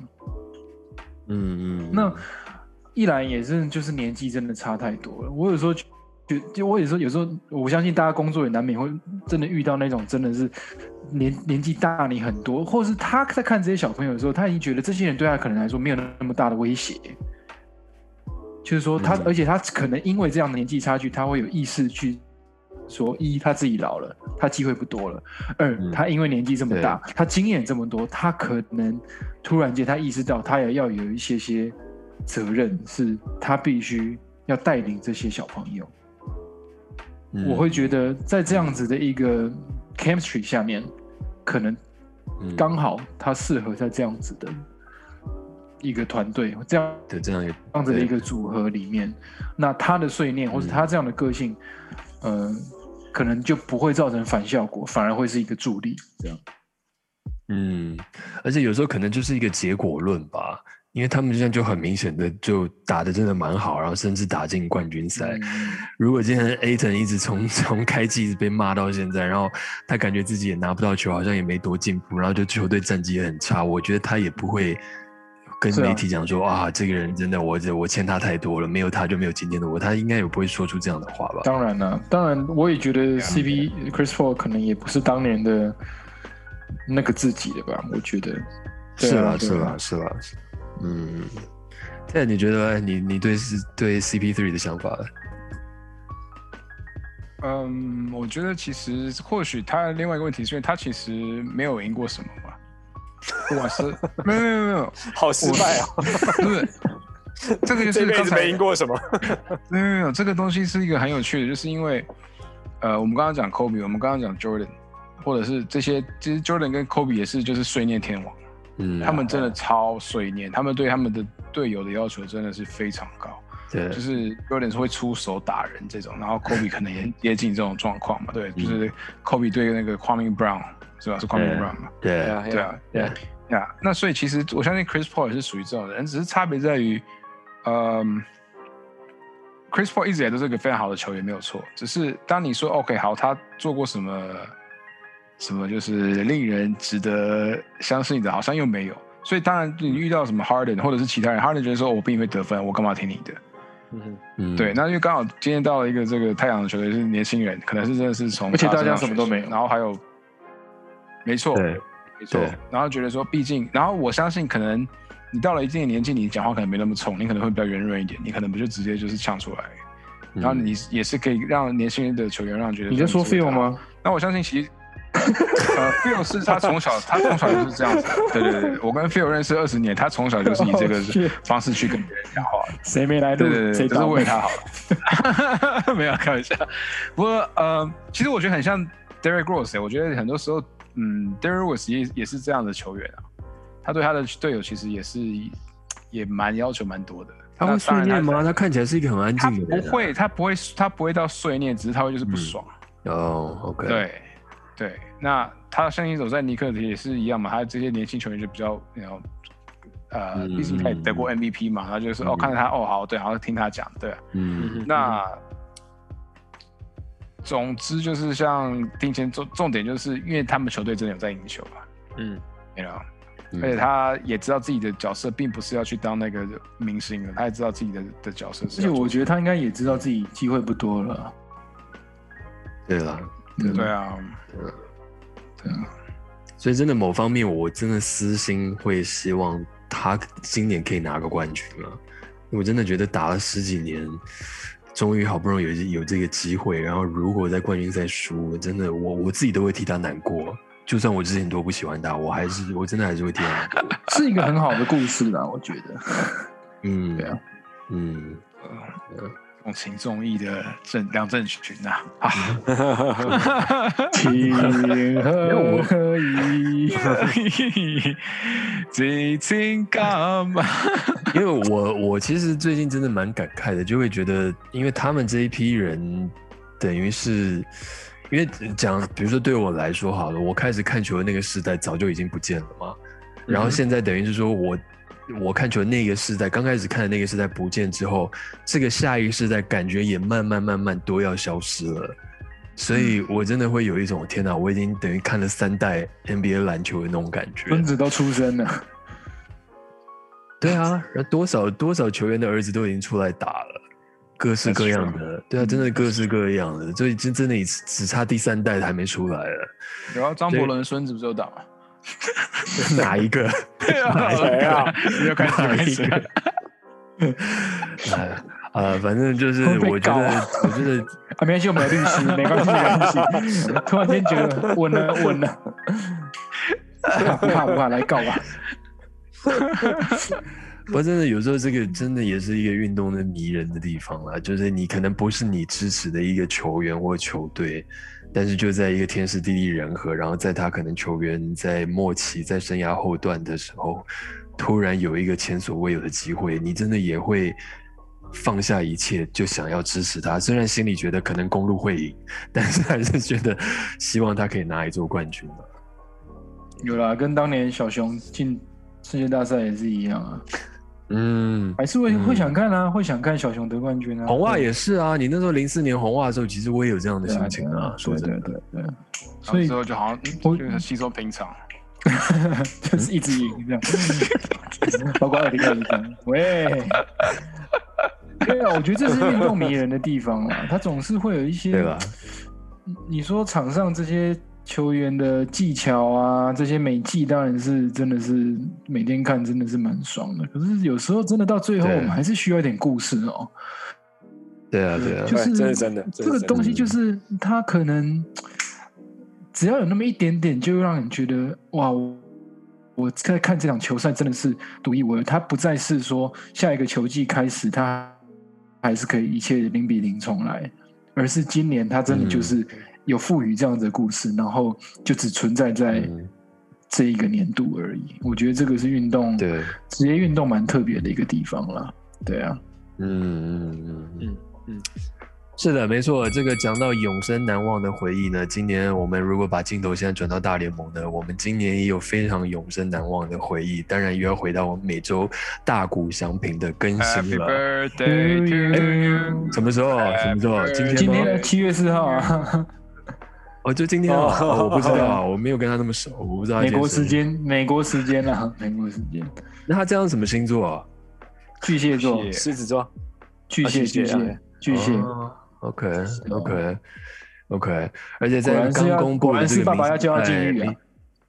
[SPEAKER 4] 那一来也是就是年纪真的差太多了。我有时候有时候我相信大家工作也难免会真的遇到那种真的是年纪大你很多，或是他在看这些小朋友的时候，他已经觉得这些人对他可能来说没有那么大的威胁。就是说而且他可能因为这样的年纪差距，他会有意识去说：一，他自己老了，他机会不多了；二，他因为年纪这么大，他经验这么多，他可能突然间他意识到，他也要有一些责任，是他必须要带领这些小朋友。 我会觉得在这样子的一个 chemistry 下面，可能刚好他适合在这样子的一个团队，这样子的一个组合里面，那他的碎念或者他这样的个性，可能就不会造成反效果，反而会是一个助力，这样。
[SPEAKER 1] 而且有时候可能就是一个结果论吧，因为他们现在就很明显的就打得真的蛮好，然后甚至打进冠军赛。如果今天 Ayton 一直从开季一直被骂到现在，然后他感觉自己也拿不到球，好像也没多进步，然后就球队战绩也很差，我觉得他也不会跟媒体讲说这个人真的我欠他太多了，没有他就没有今天的我，他应该也不会说出这样的话吧。
[SPEAKER 4] 当然我也觉得 Chris Paul 可能也不是当年的那个自己的吧，我觉得。
[SPEAKER 1] 是啦。现在你觉得你对 CP3 的想法？
[SPEAKER 2] 我觉得其实或许他另外一个问题是因为他其实没有赢过什么嘛，不管是没有，
[SPEAKER 3] 好失败啊！
[SPEAKER 2] 不是，这个就是
[SPEAKER 3] 这辈子没赢过什么？
[SPEAKER 2] 没有，这个东西是一个很有趣的，就是因为我们刚刚讲 Kobe， 我们刚刚讲 Jordan， 或者是这些，其实 Jordan 跟 Kobe 也是就是碎念天王。他们真的超碎念，他们对他们的队友的要求真的是非常高，对，就是有点是会出手打人这种，然后 Kobe 可能也接近这种状况嘛，对，就是 Kobe 对那个 Kwame Brown 是吧？是 Kwame Brown 嘛？
[SPEAKER 1] 对
[SPEAKER 2] 啊，那所以其实我相信 Chris Paul 也是属于这种人，只是差别在于，Chris Paul 一直以来都是一个非常好的球员，没有错，只是当你说 OK 好，他做过什么就是令人值得相信的，好像又没有。所以当然你遇到什么 Harden 或者是其他人 ，Harden 觉得说我比你会得分，我干嘛听你的？对，那就刚好今天到了一个这个太阳的球队是年轻人，可能是真的是从
[SPEAKER 4] 而且大家什么都没有，
[SPEAKER 2] 然后还有没错，然后觉得说毕竟，然后我相信可能你到了一定的年纪，你讲话可能没那么冲，你可能会比较圆润一点，你可能不就直接就是呛出来，然后你也是可以让年轻人的球员让觉得
[SPEAKER 4] 你在说 Phil 吗？
[SPEAKER 2] 那我相信其实。Phil 是他从小就是这样子，对，我跟 Phil 认识20年，他从小就是以这个方式去跟别人讲话。
[SPEAKER 4] 谁没来录？
[SPEAKER 2] 对，这是为他好了。没有开玩笑，不过其实我觉得很像 Derrick Rose， 我觉得很多时候，Derrick Rose 也是这样的球员啊，他对他的队友其实也蛮要求蛮多的。
[SPEAKER 1] 他会碎念吗？他看起来是一个很安静的人。
[SPEAKER 2] 他不会到碎念，只是他会就是不爽。
[SPEAKER 1] OK。
[SPEAKER 2] 对，那他相信走在尼克也是一样嘛，他这些年轻球员就比较，毕竟他也得过 MVP 嘛，他就是看着他好，对，然后听他讲，对，那总之就是像丁谦重点就是因为他们球队真的有在赢球嘛，而且他也知道自己的角色并不是要去当那个明星了，他也知道自己的角色是，
[SPEAKER 4] 而且我觉得他应该也知道自己机会不多了，
[SPEAKER 1] 对了。
[SPEAKER 2] 对啊，
[SPEAKER 1] 所以真的某方面，我真的私心会希望他今年可以拿个冠军啊！我真的觉得打了10几年，终于好不容易有这个机会，然后如果在冠军赛输，真的我自己都会替他难过。就算我之前多不喜欢他，我真的还是会替他难过。
[SPEAKER 4] 是一个很好的故事啦，我觉得。
[SPEAKER 1] 对啊，
[SPEAKER 2] 重情重义的梁振群啊！
[SPEAKER 4] 情何以
[SPEAKER 2] 激情干嘛？
[SPEAKER 1] 因为我其实最近真的蛮感慨的，就会觉得，因为他们这一批人，等于是，因为比如说对我来说好了，我开始看球的那个时代早就已经不见了嘛，然后现在等于是说我看球那个世代，刚开始看的那个世代不见之后，这个下一个世代感觉也慢慢都要消失了，所以我真的会有一种天哪，我已经等于看了3代 NBA 篮球的那种感觉。
[SPEAKER 4] 孙子都出生了，
[SPEAKER 1] 对啊，多少球员的儿子都已经出来打了，各式各样的，对啊，真的各式各样的，所以真的只差第3代还没出来了。
[SPEAKER 2] 然后张伯伦的孙子不是有打吗？
[SPEAKER 1] 哪一个？
[SPEAKER 2] 谁啊？又开始。
[SPEAKER 1] 反正就是我觉得
[SPEAKER 4] 没关系，我们有律师，没关系。突然间觉得稳了，不怕，来告吧。
[SPEAKER 1] 不过真的有时候这个真的也是一个运动的迷人的地方啦，就是你可能不是你支持的一个球员或球队，但是就在一个天时地利人和，然后在他可能球员在末期在生涯后段的时候，突然有一个前所未有的机会，你真的也会放下一切就想要支持他，虽然心里觉得可能公路会赢，但是还是觉得希望他可以拿一座冠军吧。
[SPEAKER 4] 有啦，跟当年小熊进世界大赛也是一样啊。还是会想看啊，会想看小熊得冠军啊。
[SPEAKER 1] 红袜也是啊，你那时候04年红袜的时候，其实我也有这样的心情啊。说真的，
[SPEAKER 4] 对，
[SPEAKER 2] 所以之后就好像就是稀松平常，
[SPEAKER 4] 就是一直赢这样，包括2020。喂，对啊，我觉得这是运动迷人的地方啊，它总是会有一些，
[SPEAKER 1] 对吧？
[SPEAKER 4] 你说场上这些球员的技巧啊，这些美技当然是真的是每天看真的是蛮爽的。可是有时候真的到最后，我们还是需要一点故事哦。
[SPEAKER 1] 对啊，
[SPEAKER 4] 就是
[SPEAKER 3] 真的，
[SPEAKER 4] 这个东西就是它可能只要有那么一点点，就让你觉得哇，我在看这场球赛真的是独一无二。它不再是说下一个球季开始，它还是可以一切0-0重来，而是今年它真的就是有赋予这样子的故事，然后就只存在在这一个年度而已。我觉得这个是运动，对职业运动蛮特别的一个地方啦。对啊，
[SPEAKER 1] 是的，没错。这个讲到永生难忘的回忆呢，今年我们如果把镜头现在转到大联盟呢，我们今年也有非常永生难忘的回忆。当然又要回到我们每周大谷翔平的更新了。
[SPEAKER 2] Happy birthday to you！
[SPEAKER 1] 什么时候？
[SPEAKER 4] 今天7月4号啊。
[SPEAKER 1] 哦，就今天啊？我不知道啊，我没有跟他那么熟，我不知道。
[SPEAKER 4] 美国时间啊，美国时间。
[SPEAKER 1] 那他这样什么星座啊？
[SPEAKER 4] 巨蟹座，
[SPEAKER 3] 狮子座，
[SPEAKER 4] 巨蟹。
[SPEAKER 1] OK， 而且在刚公布的
[SPEAKER 4] 果然是爸爸要叫他进狱啊！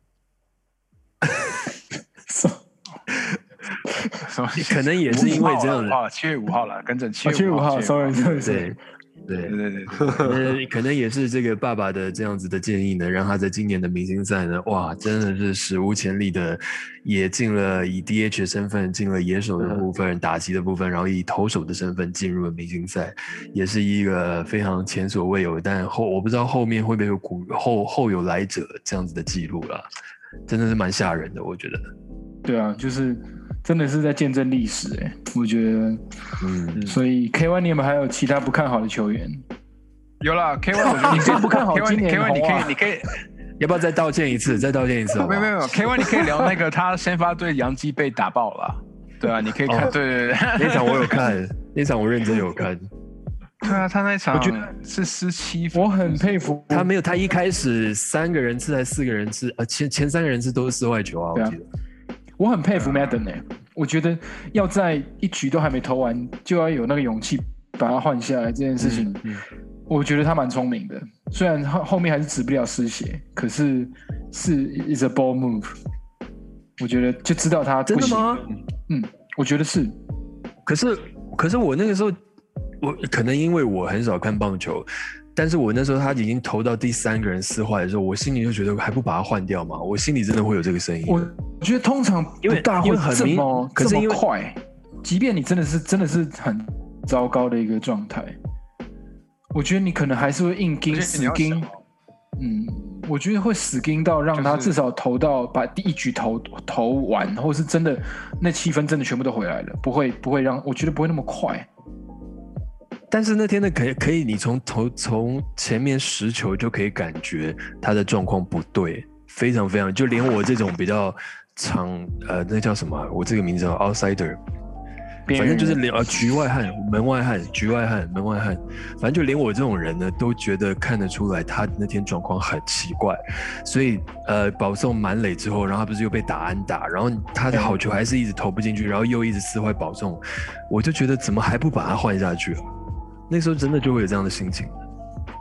[SPEAKER 1] 可能也是因为这样的。
[SPEAKER 2] 7月5号了，跟着
[SPEAKER 4] 7月5号 ，sorry。
[SPEAKER 1] 对，可能也是这个爸爸的这样子的建议呢，让他在今年的明星赛呢，哇，真的是史无前例的，也进了以 DH 身份进了野手的部分、打击的部分，然后以投手的身份进入了明星赛，也是一个非常前所未有，但我不知道后面会不会有后有来者这样子的记录啦，真的是蛮吓人的，我觉得。
[SPEAKER 4] 对啊，就是真的是在见证历史我觉得，所以 K1 你有没有还有其他不看好的球员？
[SPEAKER 2] 有啦 K1 我觉得
[SPEAKER 4] 你可以不看好今年
[SPEAKER 2] K1 你可以
[SPEAKER 1] 要不要再道歉一次？
[SPEAKER 2] 没有 K1 你可以聊那个他先发对洋基被打爆了，对啊，你可以看，对，
[SPEAKER 1] 那场我有看，那场我认真有看。
[SPEAKER 2] 对啊，他那场我觉得是17分，
[SPEAKER 4] 我很佩服
[SPEAKER 1] 他没有，他一开始3个人次还是4个人次，前3个人次都是4坏球啊，我记得。
[SPEAKER 4] 我很佩服 Madden 我觉得要在一局都还没投完就要有那个勇气把他换下来这件事情，我觉得他蛮聪明的。虽然后面还是止不了失血，可是is a ball move。我觉得就知道他不行。
[SPEAKER 1] 真的吗？
[SPEAKER 4] 我觉得是。
[SPEAKER 1] 可是我那个时候，我可能因为我很少看棒球。但是我那时候他已经投到第3个人4坏的时候，我心里就觉得还不把他换掉嘛？我心里真的会有这个声音。
[SPEAKER 4] 我觉得通常不大会这么快，即便你真的是很糟糕的一个状态，我觉得你可能还是会硬盯死盯。我觉得会死盯到让他至少投到把第一局投完，或是真的那7分真的全部都回来了，不会让我觉得不会那么快。
[SPEAKER 1] 但是那天的可以，你从前面10球就可以感觉他的状况不对，非常非常，就连我这种比较那叫什么？我这个名字叫 outsider， 反正就是局外汉、门外汉、局外汉、门外汉，反正就连我这种人呢，都觉得看得出来他那天状况很奇怪。所以保送满垒之后，然后他不是又被打安打，然后他的好球还是一直投不进去，然后又一直4坏保送，我就觉得怎么还不把他换下去啊？那时候真的就会有这样的心情。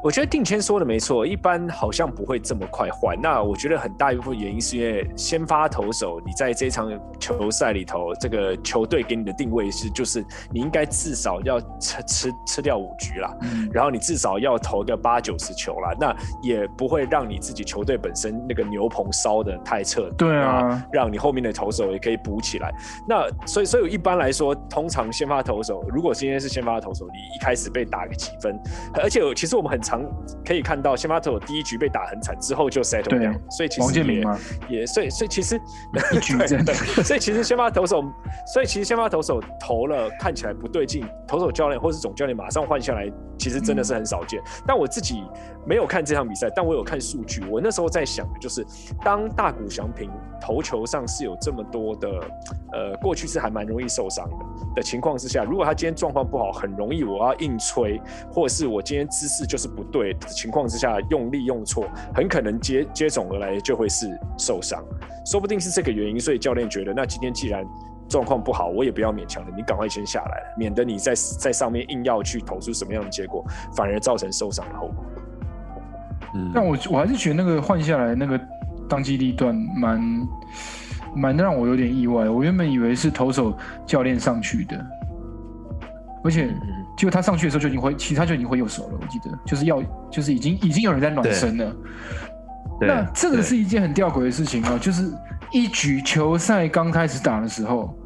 [SPEAKER 3] 我觉得定谦说的没错，一般好像不会这么快换。那我觉得很大一部分原因是因为先发投手，你在这场球赛里头，这个球队给你的定位就是你应该至少要吃掉5局啦，然后你至少要投个80-90球啦，那也不会让你自己球队本身那个牛棚烧的太彻底，
[SPEAKER 4] 对啊，
[SPEAKER 3] 让你后面的投手也可以补起来。那所以一般来说，通常先发投手，如果今天是先发投手，你一开始被打个几分，而且其实我们很常可以看到先发投手第1局被打很惨之后就 settle down， 所以其实
[SPEAKER 4] 王建民吗？
[SPEAKER 3] 所以其实
[SPEAKER 4] 一局真的，
[SPEAKER 3] 所以其实先发投手投了看起来不对劲，投手教练或是总教练马上换下来，其实真的是很少见。但我自己没有看这场比赛，但我有看数据。我那时候在想的就是，当大谷翔平投球上是有这么多的过去是还蛮容易受伤的情况之下，如果他今天状况不好，很容易我要硬吹，或者是我今天姿势就是不对的情况之下用力用错，很可能接踵而来就会是受伤，说不定是这个原因，所以教练觉得那今天既然状况不好，我也不要勉强了，你赶快先下来了，免得你在上面硬要去投出什么样的结果，反而造成受伤的后果。
[SPEAKER 4] 但我还是觉得那个换下来那个当机立断蛮让我有点意外。我原本以为是投手教练上去的，而且结果他上去的时候其实他就已经挥右手了，我记得就是已经有人在暖身了。那这个是一件很吊诡的事情啊，就是1局球赛刚开始打的时候，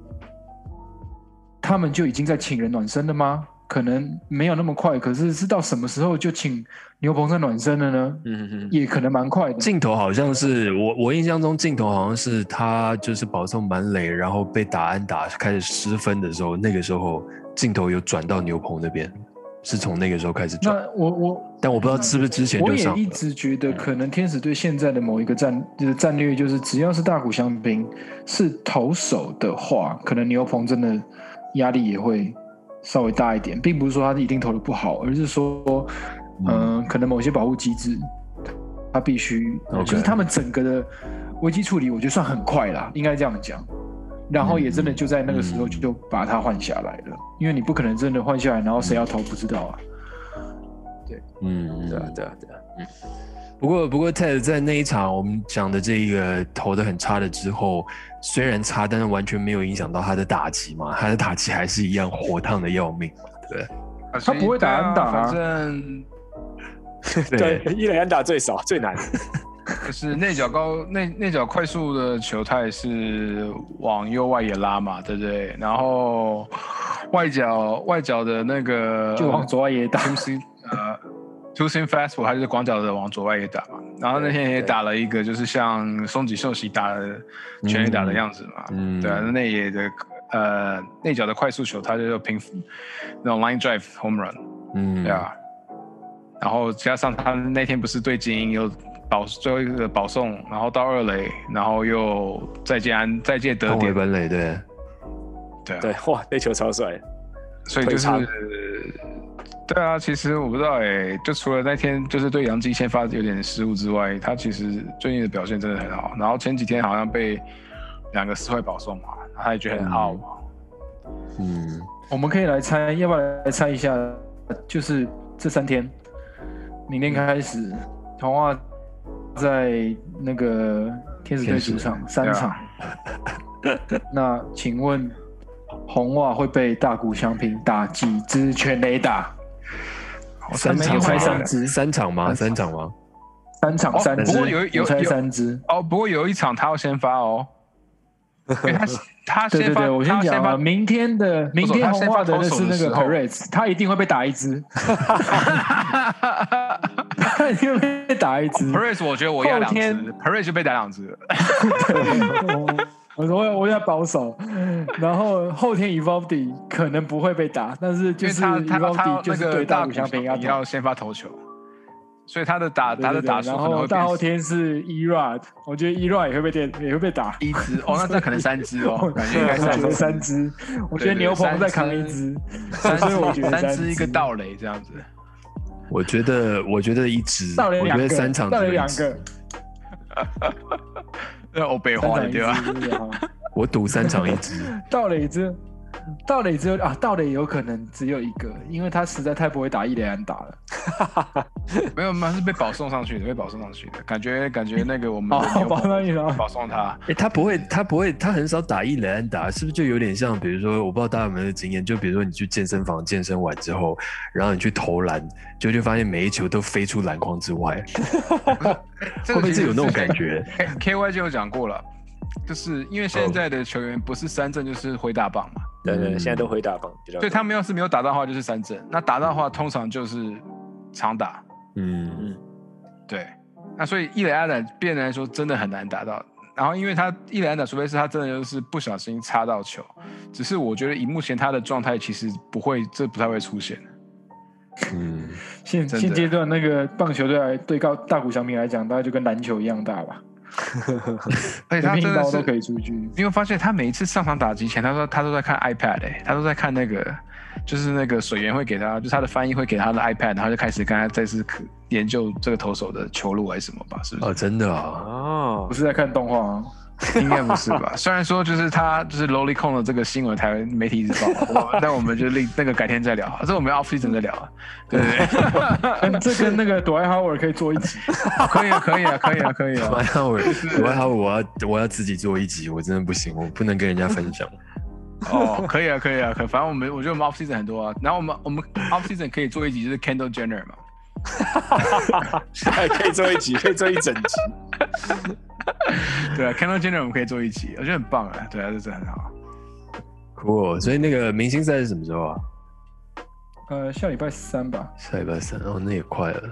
[SPEAKER 4] 他们就已经在请人暖身了吗？可能没有那么快，可是到什么时候就请牛棚在暖身了呢？也可能蛮快的。
[SPEAKER 1] 镜头好像是我印象中，镜头好像是他就是保送满垒，然后被打安打开始失分的时候，那个时候镜头有转到牛棚那边，是从那个时候开始转。但我不知道是不是之前就上。
[SPEAKER 4] 我也一直觉得，可能天使队现在的某一个战略就是，只要是大谷翔平是投手的话，可能牛棚真的压力也会稍微大一点，并不是说他一定投的不好，而是说，可能某些保护机制，他必须，就是他们整个的危机处理，我觉得算很快啦，应该这样讲。然后也真的就在那个时候就把他换下来了，因为你不可能真的换下来，然后谁要投不知道啊。对，
[SPEAKER 3] 对啊。
[SPEAKER 1] 不过 Ted 在那一场我们讲的这一个投得很差的之后，虽然差，但是完全没有影响到他的打击嘛，他的打击还是一样火烫的要命嘛，对不对？
[SPEAKER 4] 他不会打安打，
[SPEAKER 2] 反正
[SPEAKER 3] 对一垒安打最少最难。
[SPEAKER 2] 就是内角快速的球态是往右外野拉嘛，对不对？然后外角的那个
[SPEAKER 4] 就往左外野打。
[SPEAKER 2] Two seam fastball 他就是广角的往左外野打嘛，然后那天也打了一个就是像松井秀喜打的全垒打的样子嘛，对啊，内野的内角的快速球，他就平那种 line drive home run，对啊，然后加上他那天不是对精英又最后一个保送，然后到2垒，然后又再借得点
[SPEAKER 1] 本垒，对
[SPEAKER 2] 啊，
[SPEAKER 3] 对，哇，那球超帅，
[SPEAKER 2] 所以就是。对啊，其实我不知道就除了那天就是对洋基先发有点失误之外，他其实最近的表现真的很好。然后前几天好像被2个4坏保送嘛，他也觉得很傲嘛。
[SPEAKER 4] 我们可以来猜，要不要来猜一下？就是这3天，明天开始，红袜在那个天使队主场3场。那请问红袜会被大谷翔平打几支全垒打
[SPEAKER 1] ？3场猜3支，3场吗？3场吗
[SPEAKER 4] ？3场3支，
[SPEAKER 2] 不过有
[SPEAKER 4] 猜3支
[SPEAKER 2] 哦。不过有一场他要先发哦，他先发。
[SPEAKER 4] 对，我先讲啊，明天红袜的那是那个 Perez， 他一定会被打1支，他一定会被打1支。
[SPEAKER 2] Perez 我觉得我压2支，Perez 就被打2支。
[SPEAKER 4] 我要保守，然后后天 Evaldi 可能不会被打，但是就是 Evaldi 就是对大谷翔平
[SPEAKER 2] 要先发投球，所以他的打数可能会变。
[SPEAKER 4] 然后大后天是 Erod， 我觉得 Erod 也会被打
[SPEAKER 2] 1支哦，那这可能3支哦，感觉应该
[SPEAKER 4] 3支。我觉得牛棚再扛1支，所以我觉得
[SPEAKER 2] 3支一个盗垒这样子。
[SPEAKER 1] 我觉得1支，我觉得3场
[SPEAKER 4] 盗垒2个。
[SPEAKER 2] 那欧北花的对吧？
[SPEAKER 1] 我赌3场1支。
[SPEAKER 4] 盗垒只有啊，盗垒有可能只有1个，因为他实在太不会打1垒安打了。
[SPEAKER 2] 没有吗？是被保送上去的，感觉那个我们保送他。
[SPEAKER 1] 他不会，他很少打一垒安打，是不是就有点像，比如说我不知道大家有没有经验，就比如说你去健身房健身完之后，然后你去投篮，就发现每一球都飞出篮筐之外，会不会是有那种感觉
[SPEAKER 2] ？KY 就有讲过了。就是因为现在的球员不是三振就是挥大棒嘛，
[SPEAKER 3] 对，现在都挥大棒比较多。
[SPEAKER 2] 所以他们要是没有打到的话就是三振，那打到的话通常就是长打。对，那所以一垒安打变来说真的很难打到。然后因为他一垒安打，除非是他真的就是不小心插到球，只是我觉得以目前他的状态，其实不太会出现。
[SPEAKER 4] 现阶段那个棒球队来对告大谷翔平来讲，大概就跟篮球一样大吧。
[SPEAKER 2] 而且他真的是
[SPEAKER 4] 都可以出去。
[SPEAKER 2] 你会发现他每一次上场打击前，他都在看 iPad， 他都在看那个，就是那个水源会给他，就是他的翻译会给他的 iPad， 然后就开始跟他再次研究这个投手的球路还是什么吧？是不是？
[SPEAKER 1] 真的啊？
[SPEAKER 4] 不是在看动画啊？
[SPEAKER 2] 应该不是吧？虽然说就是他就是 Lowly 控的这个新闻台湾媒体一直报，但我们就那个改天再聊，这我们 off season 再聊啊，对不
[SPEAKER 4] 对？这跟那个 Dwight Howard 可以做一集，
[SPEAKER 2] 可以啊。
[SPEAKER 1] Dwight Howard 我要自己做一集，我真的不行，我不能跟人家分享。
[SPEAKER 2] 可以啊，反正我觉得我们 off season 很多啊，然后我们 off season 可以做一集就是 Kendall Jenner 嘛。
[SPEAKER 3] 可以做一集，可以做一整集。
[SPEAKER 2] 对啊 ，Kendall Jenner 我们可以做一集，我觉得很棒啊。对啊，这很好。
[SPEAKER 1] Cool， 所以那个明星赛是什么时候啊？
[SPEAKER 4] 下礼拜3吧。
[SPEAKER 1] 下礼拜3，那也快了，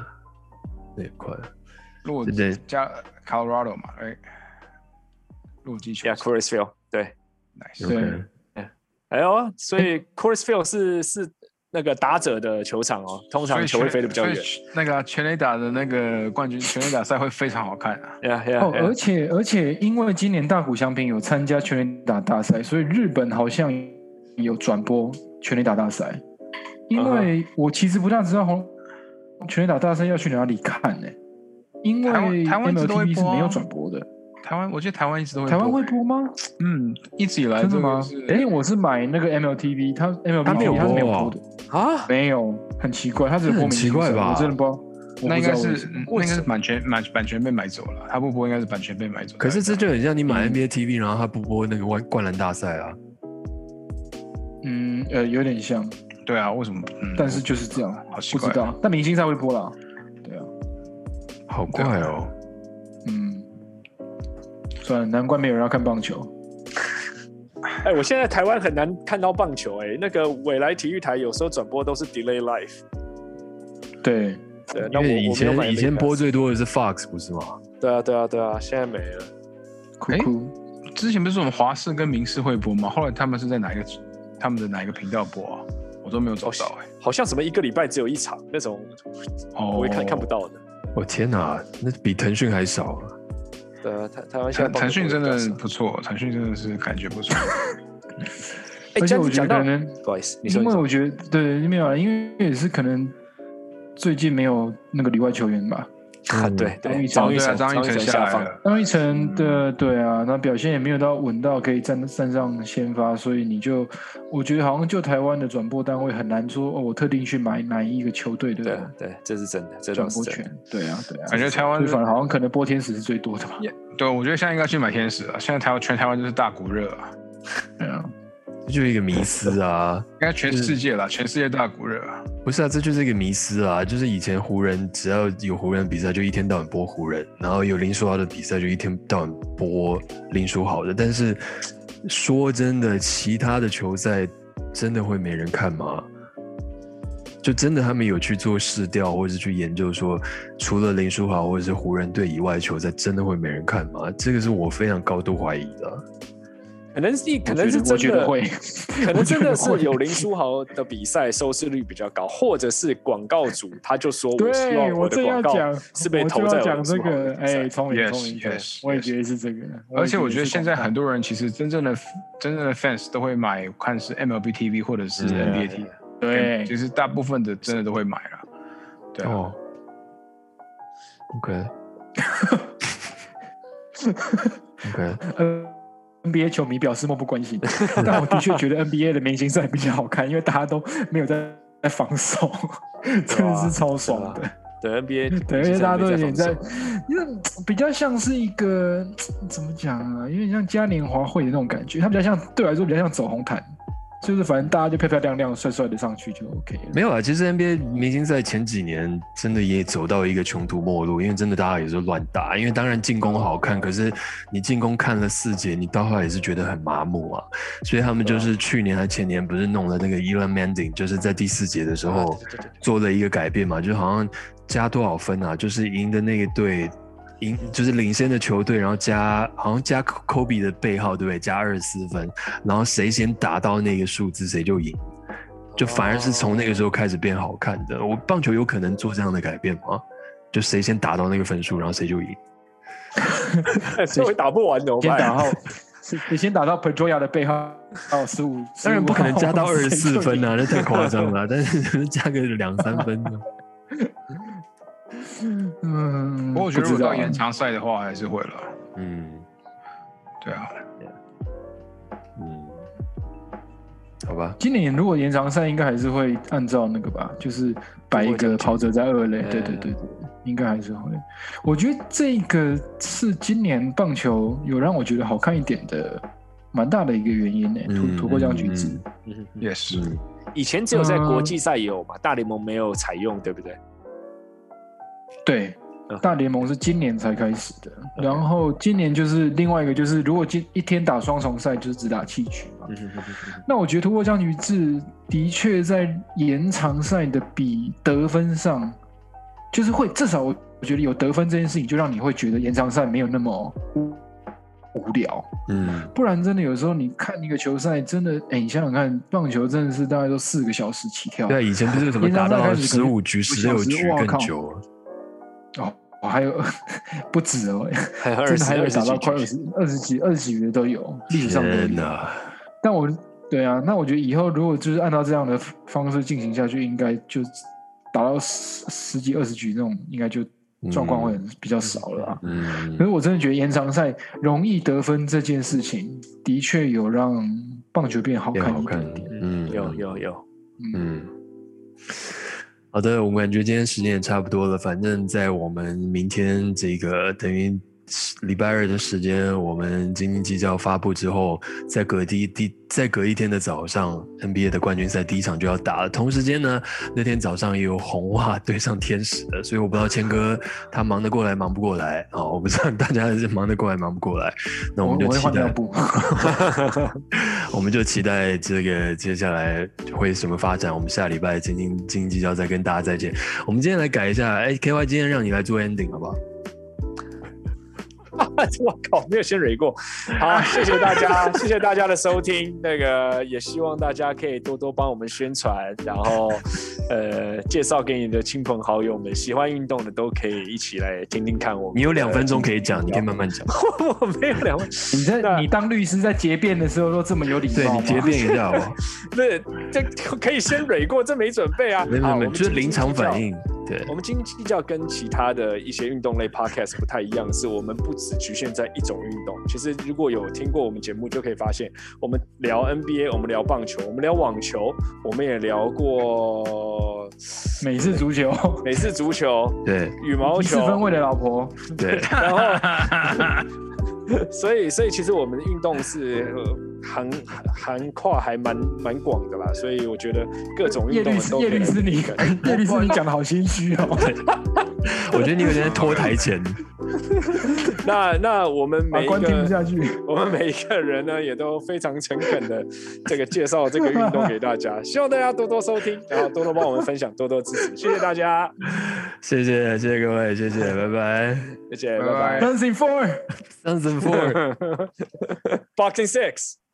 [SPEAKER 2] 如果加 Colorado 嘛，洛基球。
[SPEAKER 3] Coors Field， 对
[SPEAKER 2] ，nice。
[SPEAKER 4] 对，
[SPEAKER 3] 哎呦，所以 Coors Field 是那个打者的球场哦，通常球会飞得比较远。
[SPEAKER 2] 那个全垒打的那个冠军全垒打赛会非常好看啊。
[SPEAKER 4] 而且因为今年大谷翔平有参加全垒打大赛，所以日本好像有转播全垒打大赛。因为我其实不大知道全垒打大赛要去哪里看呢？因为
[SPEAKER 2] 台湾
[SPEAKER 4] MLTV 是没有转播的。
[SPEAKER 2] 我记得台湾一直都会播。
[SPEAKER 4] 台湾会播吗？
[SPEAKER 2] 一直以来
[SPEAKER 4] 真的吗？我是买那个 MLTV， 他 MLTV
[SPEAKER 1] 没有
[SPEAKER 4] 播的啊，没有，很奇怪，他只播明星赛，
[SPEAKER 1] 很奇怪吧？
[SPEAKER 4] 我真的不知道。
[SPEAKER 2] 那应该是版权被买走了，他不播应该是版权被买走。
[SPEAKER 1] 可是这就很像你买 NBA TV， 然后他不播那个灌篮大赛啊。
[SPEAKER 4] 有点像。
[SPEAKER 2] 对啊，为什么？
[SPEAKER 4] 但是就是这样，
[SPEAKER 2] 好奇怪。
[SPEAKER 4] 不知道，但明星赛会播啦。对啊，
[SPEAKER 1] 好怪哦。
[SPEAKER 4] 算了，难怪没有人要看棒球。
[SPEAKER 3] 我现在台湾很难看到棒球，那个未来体育台有时候转播都是 delay live。
[SPEAKER 4] 对，
[SPEAKER 1] 因为以前播最多的是 Fox 不是吗？
[SPEAKER 3] 对啊，现在没了。
[SPEAKER 2] 之前不是我们华视跟民视会播吗？后来他们是在他们的哪一个频道播啊？我都没有找到
[SPEAKER 3] 好像什么1个礼拜只有1场那种，我会看不到的。
[SPEAKER 1] 天哪，那比腾讯还少啊！
[SPEAKER 3] 对啊，台湾现在
[SPEAKER 2] 腾讯真的不错，腾讯真的是感觉不错。
[SPEAKER 4] 而且我觉得可能，
[SPEAKER 3] 不好意思，
[SPEAKER 4] 因为我觉得对，没有，因为也是可能最近没有那个旅外球员吧。
[SPEAKER 3] 对，
[SPEAKER 2] 张育成下来了。
[SPEAKER 4] 张育成的对啊，那表现也没有到稳到可以站上先发，所以我觉得好像就台湾的转播单位很难说我特定去买哪一个球队的。
[SPEAKER 3] 对，这是真的，这
[SPEAKER 4] 转播权。对啊，
[SPEAKER 2] 感觉台湾
[SPEAKER 4] 反而好像可能播天使是最多的吧。
[SPEAKER 2] 对，我觉得现在应该去买天使了。现在全台湾就是大股热啊。
[SPEAKER 4] 对啊。
[SPEAKER 1] 这就是一个迷思啊！
[SPEAKER 2] 应该全世界啦，全世界大股热啊！
[SPEAKER 1] 不是啊，这就是一个迷思啊！就是以前湖人只要有湖人比赛，就一天到晚播湖人，然后有林书豪的比赛，就一天到晚播林书豪的。但是说真的，其他的球赛真的会没人看吗？就真的他们有去做市调，或者是去研究说，除了林书豪或者是湖人队以外的球赛，真的会没人看吗？这个是我非常高度怀疑的。
[SPEAKER 3] 可能是真的，
[SPEAKER 4] 我觉得会，
[SPEAKER 3] 可能真的是有林书豪的比赛收视率比较高，或者是广告主他就说我希望我的广告是被投在
[SPEAKER 4] 讲这个，聪明，我也觉得是这个。
[SPEAKER 2] 而且我觉得现在很多人其实真正的 fans 都会买，看是 MLB TV 或者是 NBA TV，
[SPEAKER 4] 对，
[SPEAKER 2] 其实大部分的真的都会买了，对啊。
[SPEAKER 1] OK。
[SPEAKER 4] NBA 球迷表示漠不关心，但我的确觉得 NBA 的明星赛比较好看，因为大家都没有在防守，真的是超爽的。
[SPEAKER 3] 对 NBA，
[SPEAKER 4] 对，因为大家都有点在，因为比较像是一个怎么讲啊，有点像嘉年华会的那种感觉，它比较像对我来说比较像走红毯。就是反正大家就漂漂亮亮、帅帅的上去就 OK 了。
[SPEAKER 1] 没有啊，其实 NBA 明星赛前几年真的也走到一个穷途末路，因为真的大家也是乱打。因为当然进攻好看，可是你进攻看了4节，你到后来也是觉得很麻木啊。所以他们就是去年还前年不是弄了那个 Elon Manning， 就是在第4节的时候做了一个改变嘛，就好像加多少分啊，就是赢的那个队。就是领先的球队，然后好像加 Kobe 的背号，对不对？加24分，然后谁先达到那个数字，谁就赢。就反而是从那个时候开始变好看的。我棒球有可能做这样的改变吗？就谁先达到那个分数，然后谁就赢。
[SPEAKER 3] 这会打不完的，
[SPEAKER 4] 你先打到 Pedroia 的背号到15，
[SPEAKER 1] 当然不可能加到24分啊，那太夸张了。但是加个2-3分呢？
[SPEAKER 2] 不过我觉得如果到延长赛的话，还是会了。对啊。
[SPEAKER 1] 好吧。
[SPEAKER 4] 今年如果延长赛，应该还是会按照那个吧，就是摆一个跑者在2垒。对，应该还是会。我觉得这个是今年棒球有让我觉得好看一点的，蛮大的一个原因呢。土过江举子
[SPEAKER 2] 也是。
[SPEAKER 3] 以前只有在国际赛有嘛，大联盟没有采用，对不对？
[SPEAKER 4] 对，大联盟是今年才开始的，然后今年就是另外一个，就是如果一天打双重赛，就是只打7局嘛。那我觉得土过江举子的确在延长赛的比得分上，就是会至少我觉得有得分这件事情，就让你会觉得延长赛没有那么无聊。不然真的有时候你看一个球赛，真的你想想看，棒球真的是大概都4个小时起跳。
[SPEAKER 1] 对，以前不是什么打到15局、16局更久了。
[SPEAKER 4] 还有不止哦，真的还有打到快20几局的都有，历史上都有。但对啊，那我觉得以后如果就是按照这样的方式进行下去，应该就打到10几20局那种，应该就状况会比较少了啊。可是我真的觉得延长赛容易得分这件事情，的确有让棒球变好看一点点。
[SPEAKER 3] 有。
[SPEAKER 1] 好的，我们感觉今天时间也差不多了。反正在我们明天这个等于礼拜2的时间，我们斤斤计较发布之后，再隔一天的早上 ，NBA 的冠军赛第1场就要打了。同时间呢，那天早上也有红袜对上天使的，所以我不知道谦哥他忙得过来忙不过来啊、我不知道大家是忙得过来忙不过来。那我们就期待，我们就期待这个接下来会什么发展。我们下礼拜斤斤计较再跟大家再见。我们今天来改一下，KY 今天让你来做 ending 好不好？
[SPEAKER 3] 我靠，没有先蕊过。好，谢谢大家，谢谢大家的收听。那个也希望大家可以多多帮我们宣传，然后介绍给你的亲朋好友们，喜欢运动的都可以一起来听听看我们。
[SPEAKER 1] 你有2分钟可以讲，你可以慢慢讲。
[SPEAKER 3] 我没有2分钟。
[SPEAKER 4] 你当律师在结辩的时候都这么有礼貌吗？
[SPEAKER 1] 对，你结辩一下好不好？
[SPEAKER 3] 对，这可以先蕊过，这没准备啊。
[SPEAKER 1] 没有，就是临场反应。对，
[SPEAKER 3] 我们斤斤计较跟其他的一些运动类 podcast 不太一样，是我们不只局限在一种运动。其实如果有听过我们节目，就可以发现，我们聊 NBA， 我们聊棒球，我们聊网球，我们也聊过
[SPEAKER 4] 美式足球，
[SPEAKER 1] 对，
[SPEAKER 4] 羽毛球，4分卫的老婆，
[SPEAKER 1] 对，
[SPEAKER 3] 然后。所以其实我们的运动是涵跨还蛮广的啦，所以我觉得各种运动都可以。
[SPEAKER 4] 叶律师你讲的好心虚哦。
[SPEAKER 1] 我觉得你有点在拖台前。
[SPEAKER 3] 那我们每一个人呢，也都非常诚恳的这个介绍这个运动给大家，希望大家多多收听，然后多多帮我们分享，多多支持，谢谢大家，
[SPEAKER 1] 谢谢各位，谢谢，拜拜，
[SPEAKER 3] 谢谢，拜拜。
[SPEAKER 4] Something for
[SPEAKER 1] Boxing 6